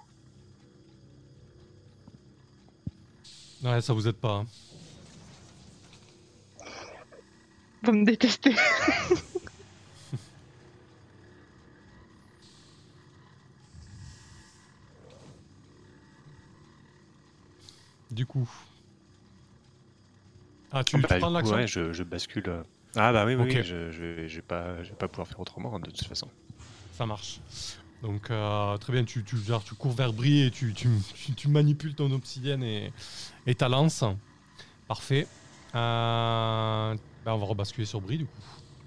Ouais, ça vous aide pas. hein. Vous me détestez. Du coup. Ah, tu, Ah, tu bah, prends du coup, l'action ouais, je, je bascule. euh. Ah bah oui, oui, Ok. oui, je, je, vais, je vais pas, je vais pas pouvoir faire autrement hein, de toute façon. Ça marche. Donc, euh, très bien, tu, tu, genre, tu cours vers Brie et tu, tu, tu, tu manipules ton obsidienne et, et ta lance. Parfait. Euh, bah, on va rebasculer sur Brie, du coup.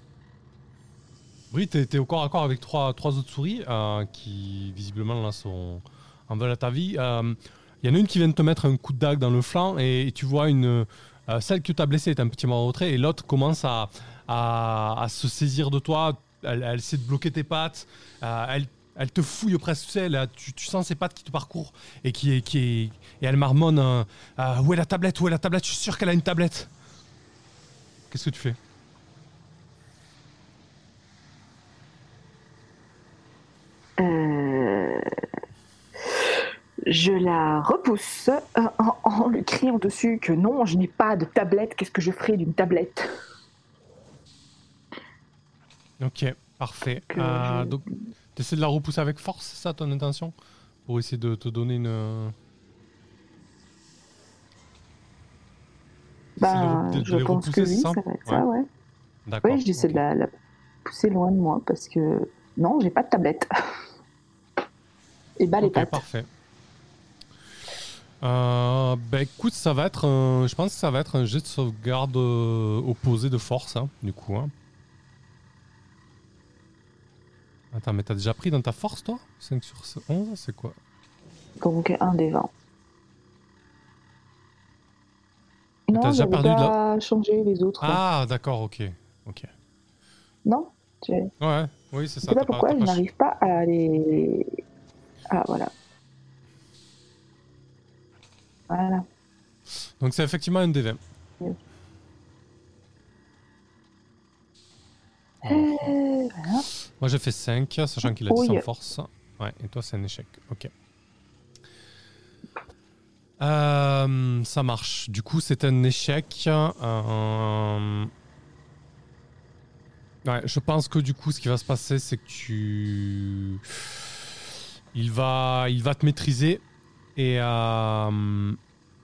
Brie, t'es, t'es au corps à corps avec trois, trois autres souris euh, qui, visiblement, là, sont en veulent à ta vie. Il euh, y en a une qui vient de te mettre un coup de dague dans le flanc et, et tu vois une... Euh, celle que tu as blessée est un petit peu en retrait et l'autre commence à, à, à se saisir de toi. Elle, elle essaie de bloquer tes pattes. Euh, elle, elle te fouille presque. Tu sais, elle, tu, tu sens ses pattes qui te parcourent et, qui, est, qui est, et elle marmonne euh, euh, où est la tablette? Où est la tablette? Je suis sûr qu'elle a une tablette. Qu'est-ce que tu fais? Euh, Je la repousse euh, en, en lui criant dessus que non, je n'ai pas de tablette. Qu'est-ce que je ferai d'une tablette? Ok, parfait. Que Euh, je- Donc, tu essaies de la repousser avec force, c'est ça ton intention? Pour essayer de te donner une. euh, Ben, de- de je les pense que repousser, oui, c'est ça ça va être ça, ouais. D'accord. Oui, j'essaie ok. de la, la pousser loin de moi parce que non, j'ai pas de tablette. Et bas les Ok, pattes. parfait. Euh, bah écoute, ça va être, un- je pense que ça va être un jet de sauvegarde euh, opposé de force, hein, du coup. hein. Attends, mais t'as déjà pris dans ta force, toi? cinq sur onze, c'est quoi? Donc un des vingt. Mais Non, t'as déjà j'avais perdu de pas changé les autres. Ah, d'accord, ok. Ok. Non je... Ouais, oui, c'est Je ça. sais pas t'as pourquoi t'as je n'arrive pas à les... Ah, voilà. Voilà. Donc c'est effectivement un D vingt. Oui. Alors, Euh, voilà. moi j'ai fait cinq, sachant qu'il a Oui. dix en force. Ouais, et toi c'est un échec. Ok. Euh, ça marche. Du coup, c'est un échec. Euh... Ouais, je pense que du coup, ce qui va se passer, c'est que tu... Il va, il va te maîtriser et... Euh...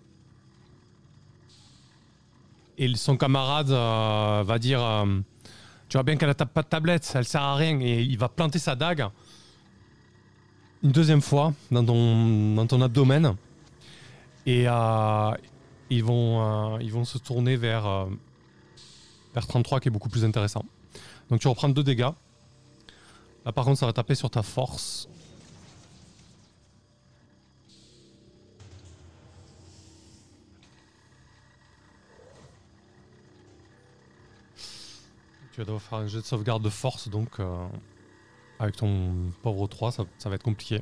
Et son camarade euh, va dire euh, tu vois bien qu'elle a pas de tablette, elle sert à rien. Et il va planter sa dague une deuxième fois dans ton, dans ton abdomen. Et euh, ils, vont, euh, ils vont se tourner vers, euh, vers trente-trois qui est beaucoup plus intéressant. Donc tu reprends deux dégâts. Là par contre ça va taper sur ta force. Tu vas devoir faire un jet de sauvegarde de force, donc euh, avec ton pauvre trois, ça, ça va être compliqué.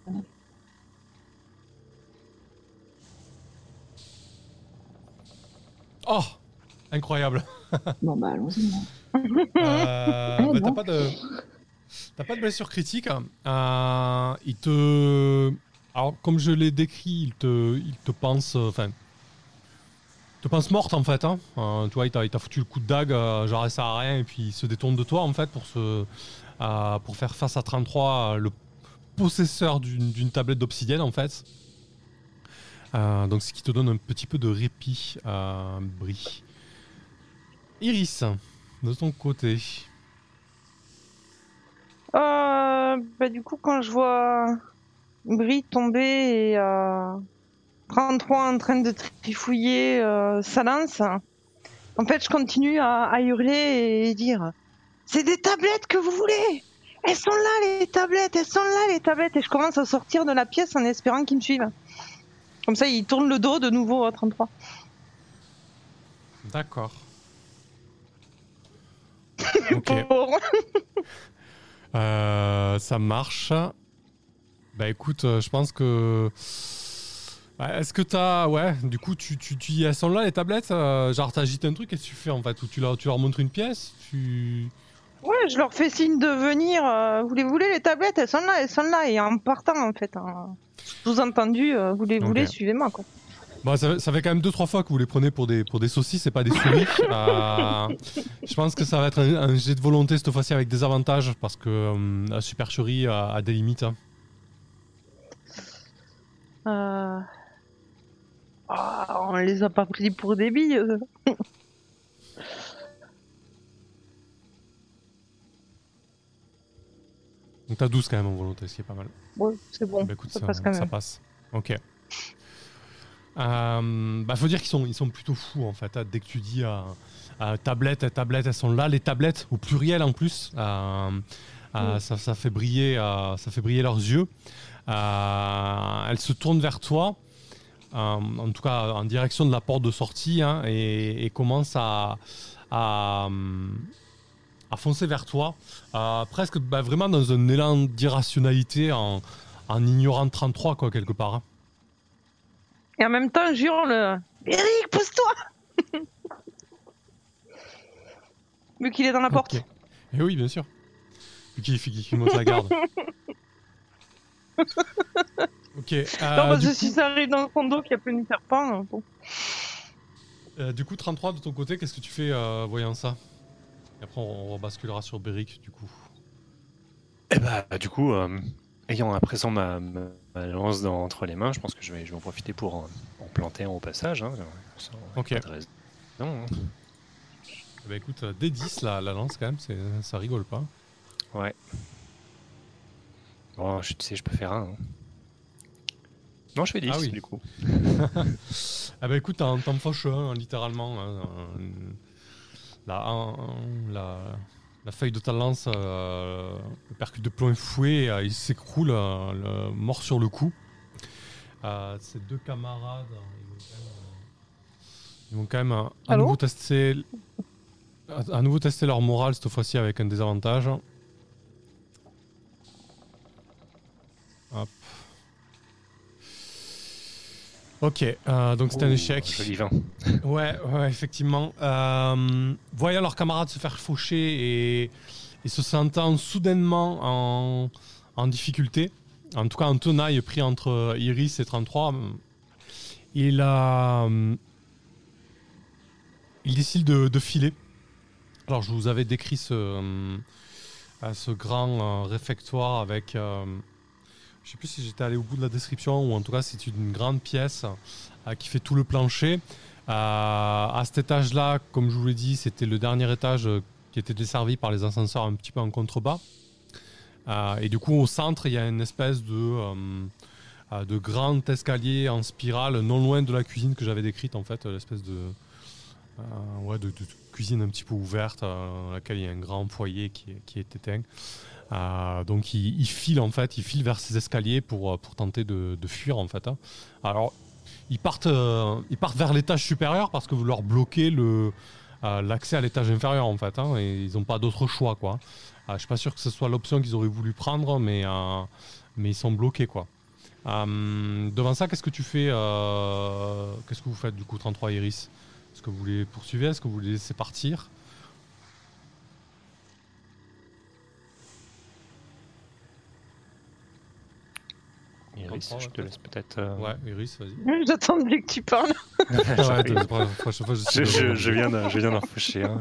Oh, incroyable. Bon bah allons-y. euh, Eh bah, t'as non. pas de, t'as pas de blessure critique. Euh, il te, alors comme je l'ai décrit, il te, il te pense, enfin. te pense morte en fait, hein. Euh, tu vois, il t'a, il t'a foutu le coup de dague, euh, genre ça sert à rien, et puis il se détourne de toi en fait pour, se, euh, pour faire face à trente-trois, euh, le possesseur d'une, d'une tablette d'obsidienne en fait. Euh, donc ce qui te donne un petit peu de répit, euh, Brie. Iris, de ton côté. Euh, bah, du coup, quand je vois Brie tomber et euh, trente-trois en train de trifouiller euh, sa lance, en fait, je continue à, à hurler et dire « C'est des tablettes que vous voulez! Elles sont là, les tablettes! Elles sont là, les tablettes !» Et je commence à sortir de la pièce en espérant qu'ils me suivent. Comme ça, il tourne le dos de nouveau à trente-trois. D'accord. Ok. Bon. Euh, ça marche. Bah écoute, euh, je pense que... Bah, est-ce que t'as... Ouais, du coup, tu, tu, tu... elles sont là, les tablettes euh, genre, t'agites un truc, qu'est-ce que tu fais, en fait? Ou tu leur, tu leur montres une pièce tu... Ouais, je leur fais signe de venir. Euh, vous les voulez, les tablettes? Elles sont là, elles sont là. Et en partant, en fait. Hein, sous-entendu, euh, vous les voulez, Ok. suivez-moi, quoi. Bon, ça, ça fait quand même deux trois fois que vous les prenez pour des, pour des saucisses et pas des souris. euh, je pense que ça va être un, un jet de volonté cette fois-ci avec des avantages parce que euh, la supercherie a, a des limites. Hein. Euh... Ah, on les a pas pris pour des billes. euh. Donc t'as douze quand même en volonté, ce qui est pas mal. Ouais, c'est bon. Bah, écoute, ça, ça, passe quand ça même. passe. Ok. Euh, bah faut dire qu'ils sont, ils sont plutôt fous en fait. Hein, dès que tu dis euh, euh, tablette, tablette, elles sont là. Les tablettes au pluriel en plus. Euh, euh, Oui. ça, ça fait briller, euh, ça fait briller leurs yeux. Euh, elles se tournent vers toi. Euh, en tout cas en direction de la porte de sortie hein, et, et commence à, à, à foncer vers toi, euh, presque bah, vraiment dans un élan d'irrationalité en, en ignorant trente-trois quoi, quelque part. Hein. Et en même temps, j'hurle Eric, pousse-toi. Vu qu'il est dans la porte. Okay. Et oui, bien sûr. Qui, qui, qui monte la garde. Ok. Euh, Non, parce du que coup, si ça arrive dans le condo qu'il y a plein de serpents, bon. euh, du coup, trente-trois de ton côté, qu'est-ce que tu fais euh, voyant ça? Et après, on, on rebasculera sur Beric, du coup. Eh bah, du coup, euh, ayant à présent ma, ma, ma lance dans, entre les mains, je pense que je vais, je vais en profiter pour en, en planter un au passage. Hein, sans, Ok. pas de raison. Non. Hein. Eh ben, écoute, D dix, la, la lance, quand même, c'est, ça rigole pas. Ouais. Bon, je, tu sais, je peux faire un. Hein. Non, je fais dix, Ah oui. du coup. Ah bah écoute, t'en, t'en fauches un, littéralement. Hein, la, un, la, la feuille de ta lance, euh, le percute de plein fouet, euh, il s'écroule, euh, le- mort sur le coup. Euh, ces deux camarades, ils vont quand même, euh, ils vont quand même euh, à, Allô nouveau tester, à, à nouveau tester leur morale cette fois-ci avec un désavantage. Hop. Ok, euh, donc c'est un Ouh, échec. Joli vin. Ouais, ouais, effectivement. Euh, voyant leurs camarades se faire faucher et, et se sentant soudainement en, en difficulté, en tout cas en tenaille pris entre Iris et trente-trois, il, a, il décide de, de filer. Alors je vous avais décrit ce, euh, ce grand euh, réfectoire avec... Euh, je sais plus si j'étais allé au bout de la description, ou en tout cas c'est une grande pièce euh, qui fait tout le plancher. Euh, à cet étage-là, comme je vous l'ai dit, c'était le dernier étage euh, qui était desservi par les ascenseurs un petit peu en contrebas. Euh, et du coup, au centre, il y a une espèce de, euh, euh, de grand escalier en spirale, non loin de la cuisine que j'avais décrite, en fait, l'espèce de, euh, ouais, de, de, de cuisine un petit peu ouverte, euh, dans laquelle il y a un grand foyer qui est, qui est éteint. Euh, donc il, il file en fait, il file vers ces escaliers pour, pour tenter de, de fuir en fait. Hein. Alors ils partent, euh, ils partent vers l'étage supérieur parce que vous leur bloquez le, euh, l'accès à l'étage inférieur en fait, hein, et ils n'ont pas d'autre choix quoi. Euh, je suis pas sûr que ce soit l'option qu'ils auraient voulu prendre, mais, euh, mais ils sont bloqués quoi. Euh, devant ça, qu'est-ce que tu fais euh, Qu'est-ce que vous faites du coup, trente-trois Iris? Est-ce que vous les poursuivez? Est-ce que vous les laissez partir? Iris, je te laisse peut-être. Euh... Ouais, Iris, vas-y. J'attendais que tu parles. Ouais, t'as- pour la prochaine fois, je, je, suis je, de- je viens d'en je viens d'en faucher. Hein.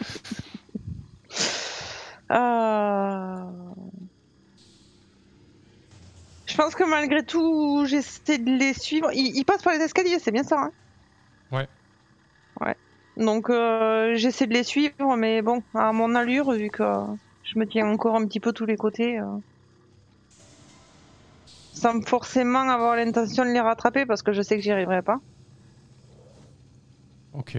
Euh... Je pense que malgré tout, j'essaie de les suivre. Ils, ils passent par les escaliers, c'est bien ça, hein? Ouais. Ouais. Donc euh, j'essaie de les suivre, mais bon, à mon allure, vu que je me tiens encore un petit peu tous les côtés, euh... sans forcément avoir l'intention de les rattraper, parce que je sais que j'y arriverai pas. Ok.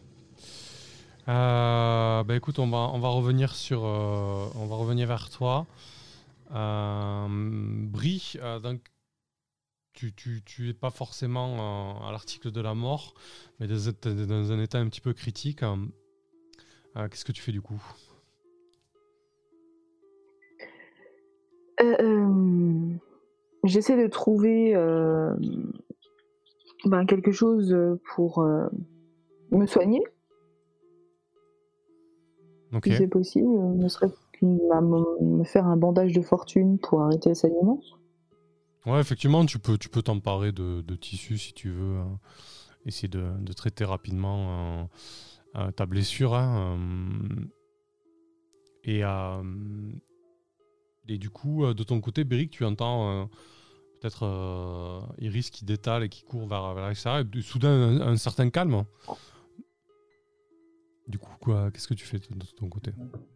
Euh, bah écoute, on va, on va revenir sur, euh, on va revenir vers toi. Euh, Brie, euh, donc tu, tu, tu es pas forcément euh, à l'article de la mort, mais dans, dans un état un petit peu critique. Euh, qu'est-ce que tu fais du coup? Euh, euh, J'essaie de trouver euh, ben, quelque chose pour euh, me soigner, Ok. si c'est possible, ne serait-ce que me faire un bandage de fortune pour arrêter les saignements. Ouais, effectivement, tu peux, tu peux t'emparer de, de tissu si tu veux, euh, essayer de, de traiter rapidement euh, euh, ta blessure. Hein, euh, et, euh, et du coup, euh, de ton côté, Béric, tu entends euh, peut-être euh, Iris qui détale et qui court vers, vers l'extérieur, et soudain un, un certain calme. Du coup, quoi, qu'est-ce que tu fais de, de ton côté?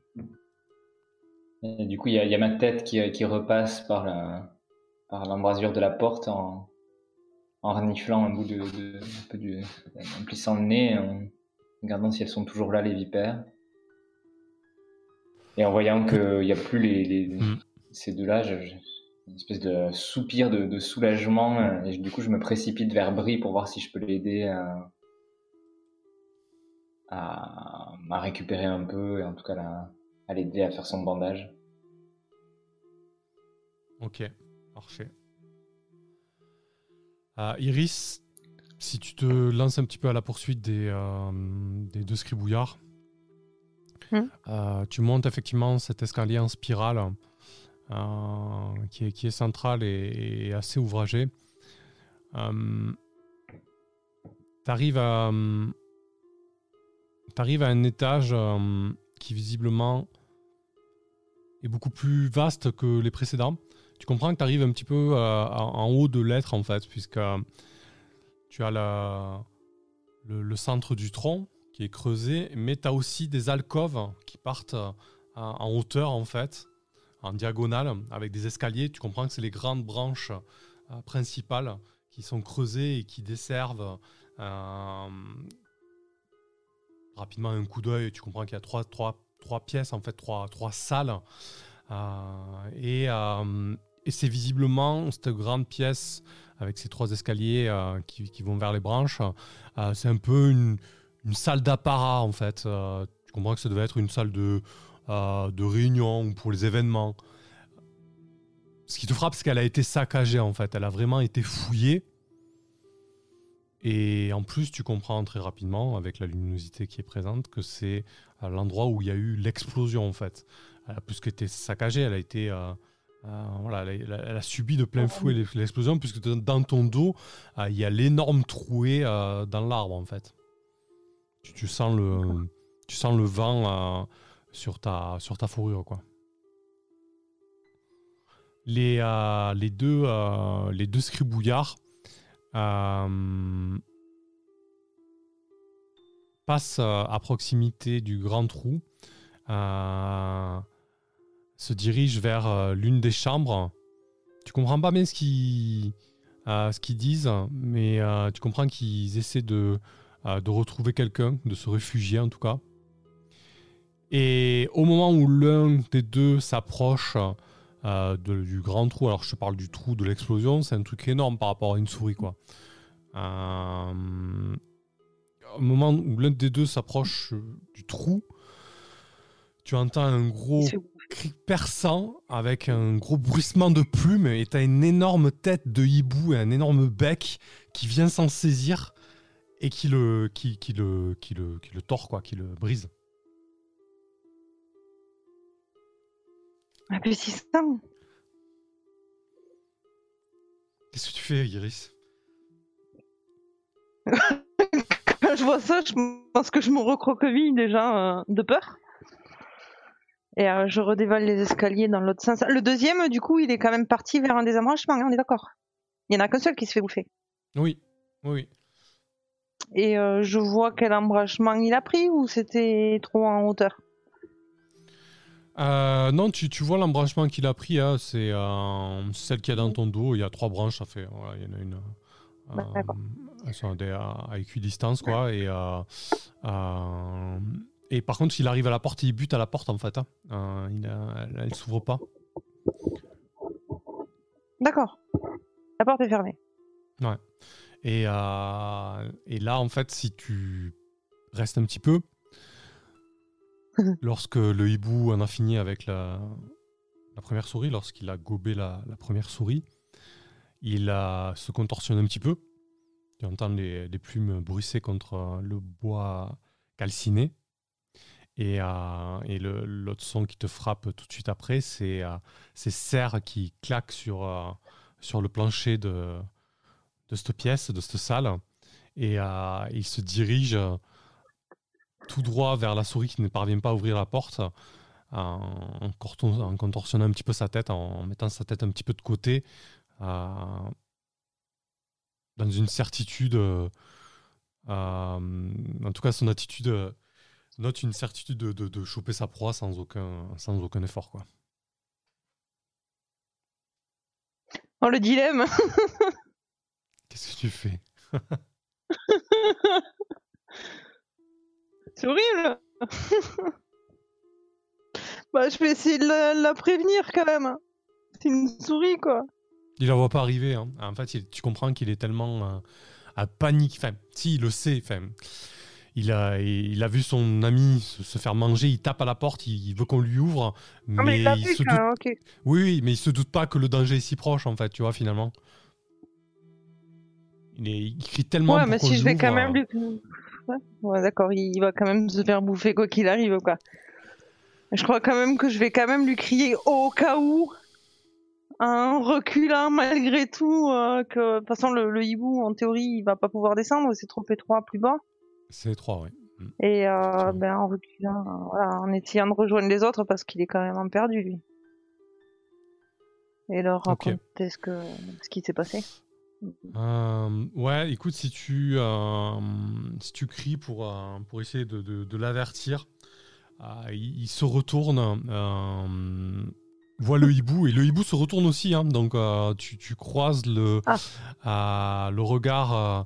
Et du coup, il y, y a ma tête qui, qui repasse par la, par l'embrasure de la porte en, en reniflant un bout de, de un peu du, en plissant le nez, en regardant si elles sont toujours là, les vipères. Et en voyant qu'il n'y a plus les, les, Mm. ces deux-là, j'ai une espèce de soupir de, de soulagement. Et du coup, je me précipite vers Brie pour voir si je peux l'aider à, à, à récupérer un peu, et en tout cas la, à l'aider à faire son bandage. Ok, parfait. Euh, Iris, si tu te lances un petit peu à la poursuite des, euh, des deux scribouillards, Mm. euh, tu montes effectivement cet escalier en spirale euh, qui, est, qui est central et, et assez ouvragé. Euh, tu arrives à, t'arrives à un étage euh, qui visiblement est beaucoup plus vaste que les précédents. Tu comprends que tu arrives un petit peu euh, en haut de l'être en fait, puisque euh, tu as la, le, le centre du tronc qui est creusé, mais tu as aussi des alcôves qui partent euh, en hauteur en fait, en diagonale, avec des escaliers. Tu comprends que c'est les grandes branches euh, principales qui sont creusées et qui desservent euh, rapidement un coup d'œil. Tu comprends qu'il y a trois, trois trois pièces, en fait, trois, trois salles. Euh, et, euh, et c'est visiblement cette grande pièce avec ces trois escaliers euh, qui, qui vont vers les branches. Euh, c'est un peu une, une salle d'apparat, en fait. Euh, tu comprends que ça devait être une salle de, euh, de réunion ou pour les événements. Ce qui te frappe, c'est qu'elle a été saccagée, en fait. Elle a vraiment été fouillée. Et en plus, tu comprends très rapidement, avec la luminosité qui est présente, que c'est l'endroit où il y a eu l'explosion, en fait. Elle a plus qu'été saccagée, elle a été... Euh, euh, voilà, elle a, elle a subi de plein fouet l'explosion, puisque dans ton dos, euh, il y a l'énorme trouée euh, dans l'arbre, en fait. Tu, tu, sens, le, tu sens le vent euh, sur, ta, sur ta fourrure, quoi. Les, euh, les, deux, euh, les deux scribouillards Euh, passe euh, à proximité du grand trou, euh, se dirige vers euh, l'une des chambres. Tu comprends pas bien ce qu'ils, euh, ce qu'ils disent, mais euh, tu comprends qu'ils essaient de, euh, de retrouver quelqu'un, de se réfugier en tout cas. Et au moment où l'un des deux s'approche Euh, de, du grand trou, alors je te parle du trou de l'explosion, c'est un truc énorme par rapport à une souris, quoi. Euh, au moment où l'un des deux s'approche du trou, tu entends un gros cri perçant avec un gros bruissement de plumes et t'as une énorme tête de hibou et un énorme bec qui vient s'en saisir et qui le, qui, qui le, qui le, qui le tord, quoi, qui le brise. Appétissant. Qu'est-ce que tu fais, Iris? Quand je vois ça, je pense que je me recroqueville déjà euh, de peur. Et euh, je redévale les escaliers dans l'autre sens. Le deuxième, du coup, il est quand même parti vers un des embranchements, on est d'accord? Il n'y en a qu'un seul qui se fait bouffer. Oui, oui. Et euh, je vois quel embranchement il a pris ou c'était trop en hauteur? Euh, non, tu, tu vois l'embranchement qu'il a pris, hein, c'est euh, celle qu'il y a dans ton dos. Il y a trois branches, ça fait. Voilà, il y en a une. Euh, D'accord. elles sont à, des, à équidistance, quoi. Et, euh, euh, et par contre, s'il arrive à la porte, il bute à la porte, en fait. Hein. Euh, il a, elle ne s'ouvre pas. D'accord. La porte est fermée. Ouais. Et, euh, et là, en fait, si tu restes un petit peu. Lorsque le hibou en a fini avec la, la première souris, lorsqu'il a gobé la, la première souris, il a, se contorsionne un petit peu. Tu entends les, les plumes bruisser contre le bois calciné. Et, euh, et le, l'autre son qui te frappe tout de suite après, c'est euh, ces serres qui claquent sur, euh, sur le plancher de, de cette pièce, de cette salle. Et euh, il se dirige tout droit vers la souris qui ne parvient pas à ouvrir la porte, en, en, corton, en contorsionnant un petit peu sa tête, en mettant sa tête un petit peu de côté, euh, dans une certitude, euh, en tout cas son attitude euh, note une certitude de, de, de choper sa proie sans aucun, sans aucun effort, quoi. Oh, le dilemme. Qu'est-ce que tu fais? C'est horrible. Bah, je vais essayer de la, la prévenir quand même. C'est une souris, quoi. Il la voit pas arriver. Hein. En fait, il, tu comprends qu'il est tellement euh, à panique. Enfin, si, il le sait. Enfin, il a, il a vu son ami se, se faire manger. Il tape à la porte. Il, il veut qu'on lui ouvre. Mais, ah, mais il l'a il vu, se quand doute... même, ok. Oui, oui, mais il se doute pas que le danger est si proche, en fait. Tu vois, finalement. Il, est, il crie tellement. Ouais, pour mais qu'on si je vais l'ouvre, quand même lui. Ouais, ouais, d'accord, il va quand même se faire bouffer quoi qu'il arrive, quoi. Je crois quand même que je vais quand même lui crier au cas où, en reculant malgré tout, euh, que de toute façon le, le hibou en théorie il va pas pouvoir descendre, c'est trop étroit plus bas. C'est étroit, oui. Et euh, ben en reculant, euh, voilà, en essayant de rejoindre les autres parce qu'il est quand même perdu lui. Et leur raconter okay. ce que ce qui s'est passé. Euh, ouais, écoute, si tu, euh, si tu cries pour, euh, pour essayer de, de, de l'avertir, euh, il, il se retourne, euh, voit le hibou, et le hibou se retourne aussi, hein, donc euh, tu, tu croises le, ah. euh, le regard euh,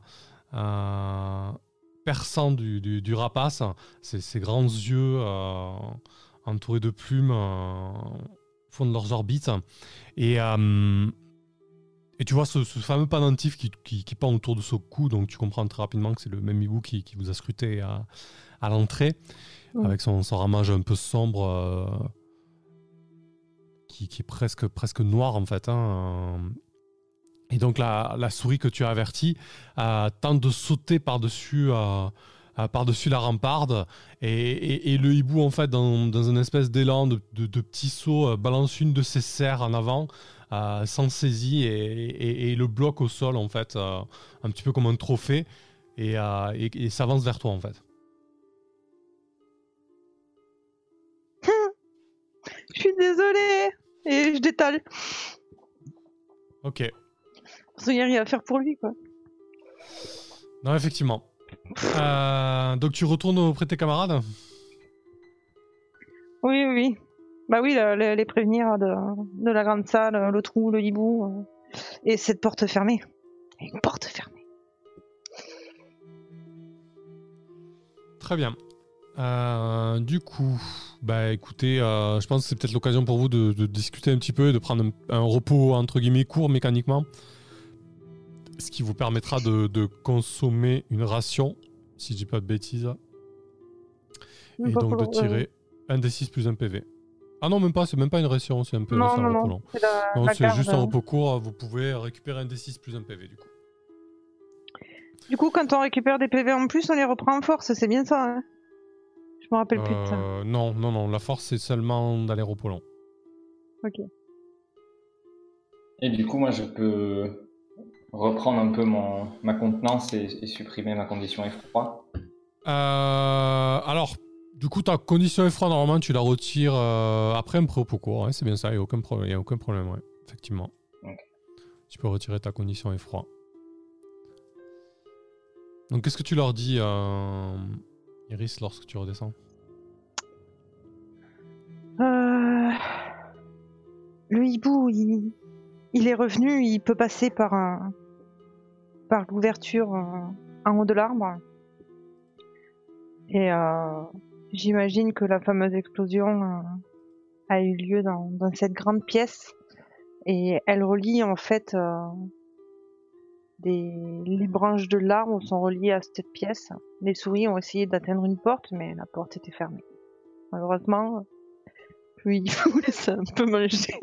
euh, perçant du, du, du rapace, ses, ses grands yeux euh, entourés de plumes, euh, font de leurs orbites. Et, euh, et tu vois ce, ce fameux pendentif qui, qui, qui pend autour de son cou, donc tu comprends très rapidement que c'est le même hibou qui, qui vous a scruté à, à l'entrée, mmh. avec son, son ramage un peu sombre, euh, qui, qui est presque, presque noir en fait. Hein. Et donc la, la souris que tu as avertie euh, tente de sauter par-dessus... Euh, Euh, par-dessus la ramparde et, et, et le hibou en fait dans, dans une espèce d'élan de, de, de petit saut euh, balance une de ses serres en avant euh, sans saisie et, et, et le bloque au sol en fait euh, un petit peu comme un trophée et, euh, et, et s'avance vers toi en fait. Je suis désolée et je détale. Ok. Parce qu'il n'y a rien à faire pour lui quoi. Non effectivement. Euh, donc tu retournes auprès de tes camarades ? Oui, oui, oui. Bah oui, le, le, les prévenir de, de la grande salle, le trou, le hibou, euh, et cette porte fermée. Une porte fermée. Très bien. Euh, du coup, bah écoutez, euh, je pense que c'est peut-être l'occasion pour vous de, de discuter un petit peu, de prendre un, un repos entre guillemets court mécaniquement. Ce qui vous permettra de, de consommer une ration, si je dis pas de bêtises. Et donc de tirer un D six plus un P V. Ah non, même pas, c'est même pas une ration, c'est un, peu, non, c'est un non, repos non, long. C'est, la, non, la c'est garde. juste un repos court, vous pouvez récupérer un D six plus un P V du coup. Du coup, quand on récupère des P V en plus, on les reprend en force, c'est bien ça hein. Je me rappelle euh, plus de ça. Non, non, non, la force c'est seulement dans les repos longs. Ok. Et du coup, moi je peux reprendre un peu mon, ma contenance et, et supprimer ma condition effroi. Euh, alors, du coup, ta condition effroi, normalement, tu la retires euh, après un repos court. Hein, c'est bien ça, il n'y a aucun problème, il y a aucun problème ouais, effectivement. Okay. Tu peux retirer ta condition effroi. Donc, qu'est-ce que tu leur dis, euh, Iris, lorsque tu redescends ? euh... Le hibou, il... il est revenu, il peut passer par un... par l'ouverture euh, en haut de l'arbre. Et euh, j'imagine que la fameuse explosion euh, a eu lieu dans, dans cette grande pièce. Et elle relie en fait euh, des... les branches de l'arbre sont reliées à cette pièce. Les souris ont essayé d'atteindre une porte, mais la porte était fermée. Malheureusement, lui, il vous laisse un peu manger.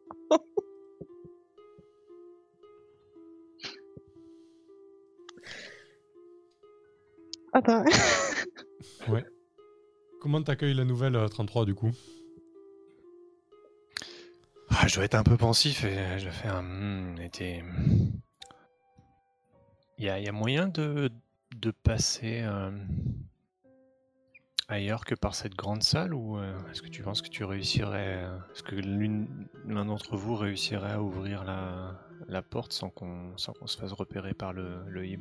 Attends. Ouais. Comment t'accueilles la nouvelle euh, trente-trois du coup ? Ah, je dois être un peu pensif et je vais faire un... Hmm, était... Il y a, y a moyen de, de passer euh, ailleurs que par cette grande salle ou euh, est-ce que tu penses que tu réussirais... euh, Est-ce que l'une, l'un d'entre vous réussirait à ouvrir la, la porte sans qu'on, sans qu'on se fasse repérer par le, le hibou ?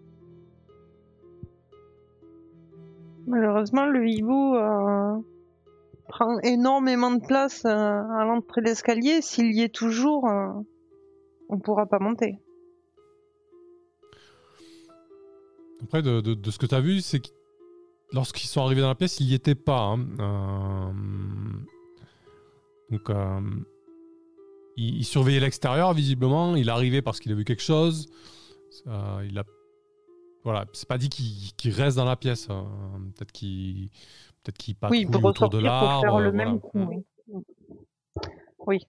Malheureusement, le hibou euh, prend énormément de place euh, à l'entrée de l'escalier. S'il y est toujours, euh, on ne pourra pas monter. Après, de, de, de ce que tu as vu, c'est que lorsqu'ils sont arrivés dans la pièce, il n'y était pas. Hein. Euh... Donc, euh... il, il surveillait l'extérieur, visiblement. Il arrivait parce qu'il a vu quelque chose. Euh, il a... Voilà, c'est pas dit qu'il, qu'il reste dans la pièce. Euh... Peut-être qu'il, peut-être qu'il patrouille oui, pour autour de l'arbre. Pour faire le voilà. même coup, oui. Oui.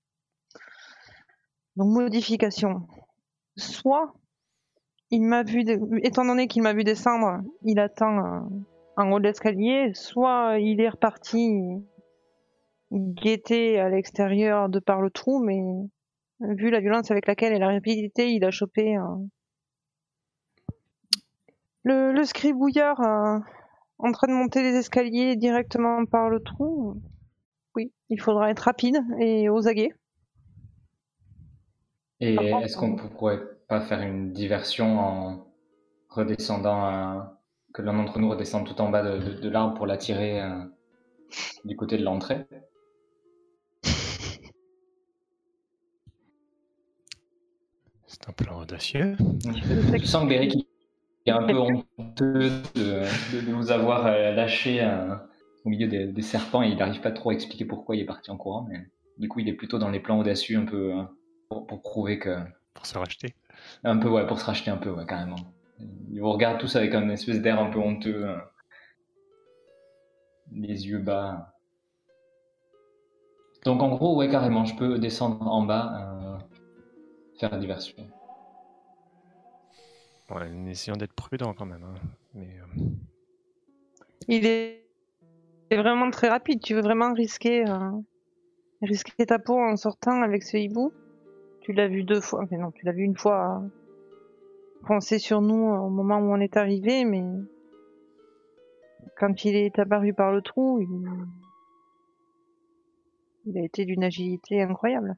Donc, modification. Soit, il m'a vu, de... étant donné qu'il m'a vu descendre, il attend euh, en haut de l'escalier, soit il est reparti guetter à l'extérieur de par le trou, mais vu la violence avec laquelle et la rapidité, il a chopé euh, le, le scribouillard euh, en train de monter les escaliers directement par le trou. Oui, il faudra être rapide et aux aguets. Et contre, est-ce qu'on pourrait pas faire une diversion en redescendant, à... que l'un d'entre nous redescende tout en bas de, de, de l'arbre pour l'attirer euh, du côté de l'entrée ? C'est un plan audacieux. Je sens que Beric est un peu honteux de, de, de vous avoir lâché un, au milieu des, des serpents et il n'arrive pas trop à expliquer pourquoi il est parti en courant. Mais du coup, il est plutôt dans les plans audacieux un peu hein, pour, pour prouver que. Pour se racheter. Un peu, ouais, pour se racheter un peu, ouais, carrément. Ils vous regardent tous avec un espèce d'air un peu honteux, hein. Les yeux bas. Donc en gros, ouais, carrément, je peux descendre en bas, euh, faire la diversion. Ouais, en essayant d'être prudent quand même. Hein. Mais, euh... Il est vraiment très rapide. Tu veux vraiment risquer, euh... risquer ta peau en sortant avec ce hibou? Tu l'as vu deux fois. Enfin non, tu l'as vu une fois euh... foncer sur nous au moment où on est arrivé, mais quand il est apparu par le trou, il, il a été d'une agilité incroyable.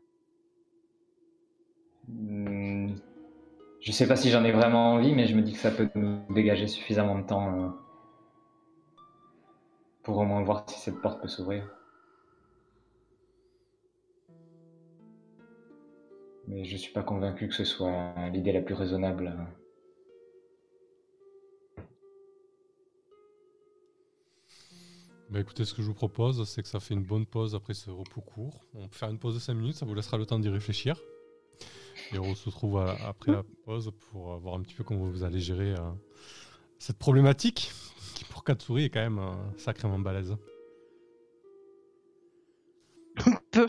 Hum, je sais pas si j'en ai vraiment envie, mais je me dis que ça peut nous dégager suffisamment de temps euh, pour au moins voir si cette porte peut s'ouvrir. Mais je suis pas convaincu que ce soit l'idée la plus raisonnable. Bah écoutez, ce que je vous propose, c'est que ça fait une bonne pause après ce repos court. On peut faire une pause de cinq minutes, ça vous laissera le temps d'y réfléchir. Et on se retrouve à, après la pause pour euh, voir un petit peu comment vous allez gérer euh, cette problématique qui pour Katsuri est quand même euh, sacrément balèze. Peu.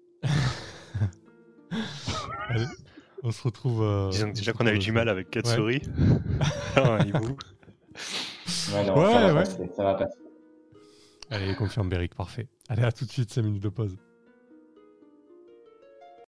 Allez, on se retrouve... Euh, Disons que déjà qu'on a eu du mal avec Katsuri. Ouais. Alors, un hibou. Ouais, non, ouais, ça va ouais. passer, ça va passer. Allez, confirme Beric, parfait. Allez, à tout de suite, cinq minutes de pause.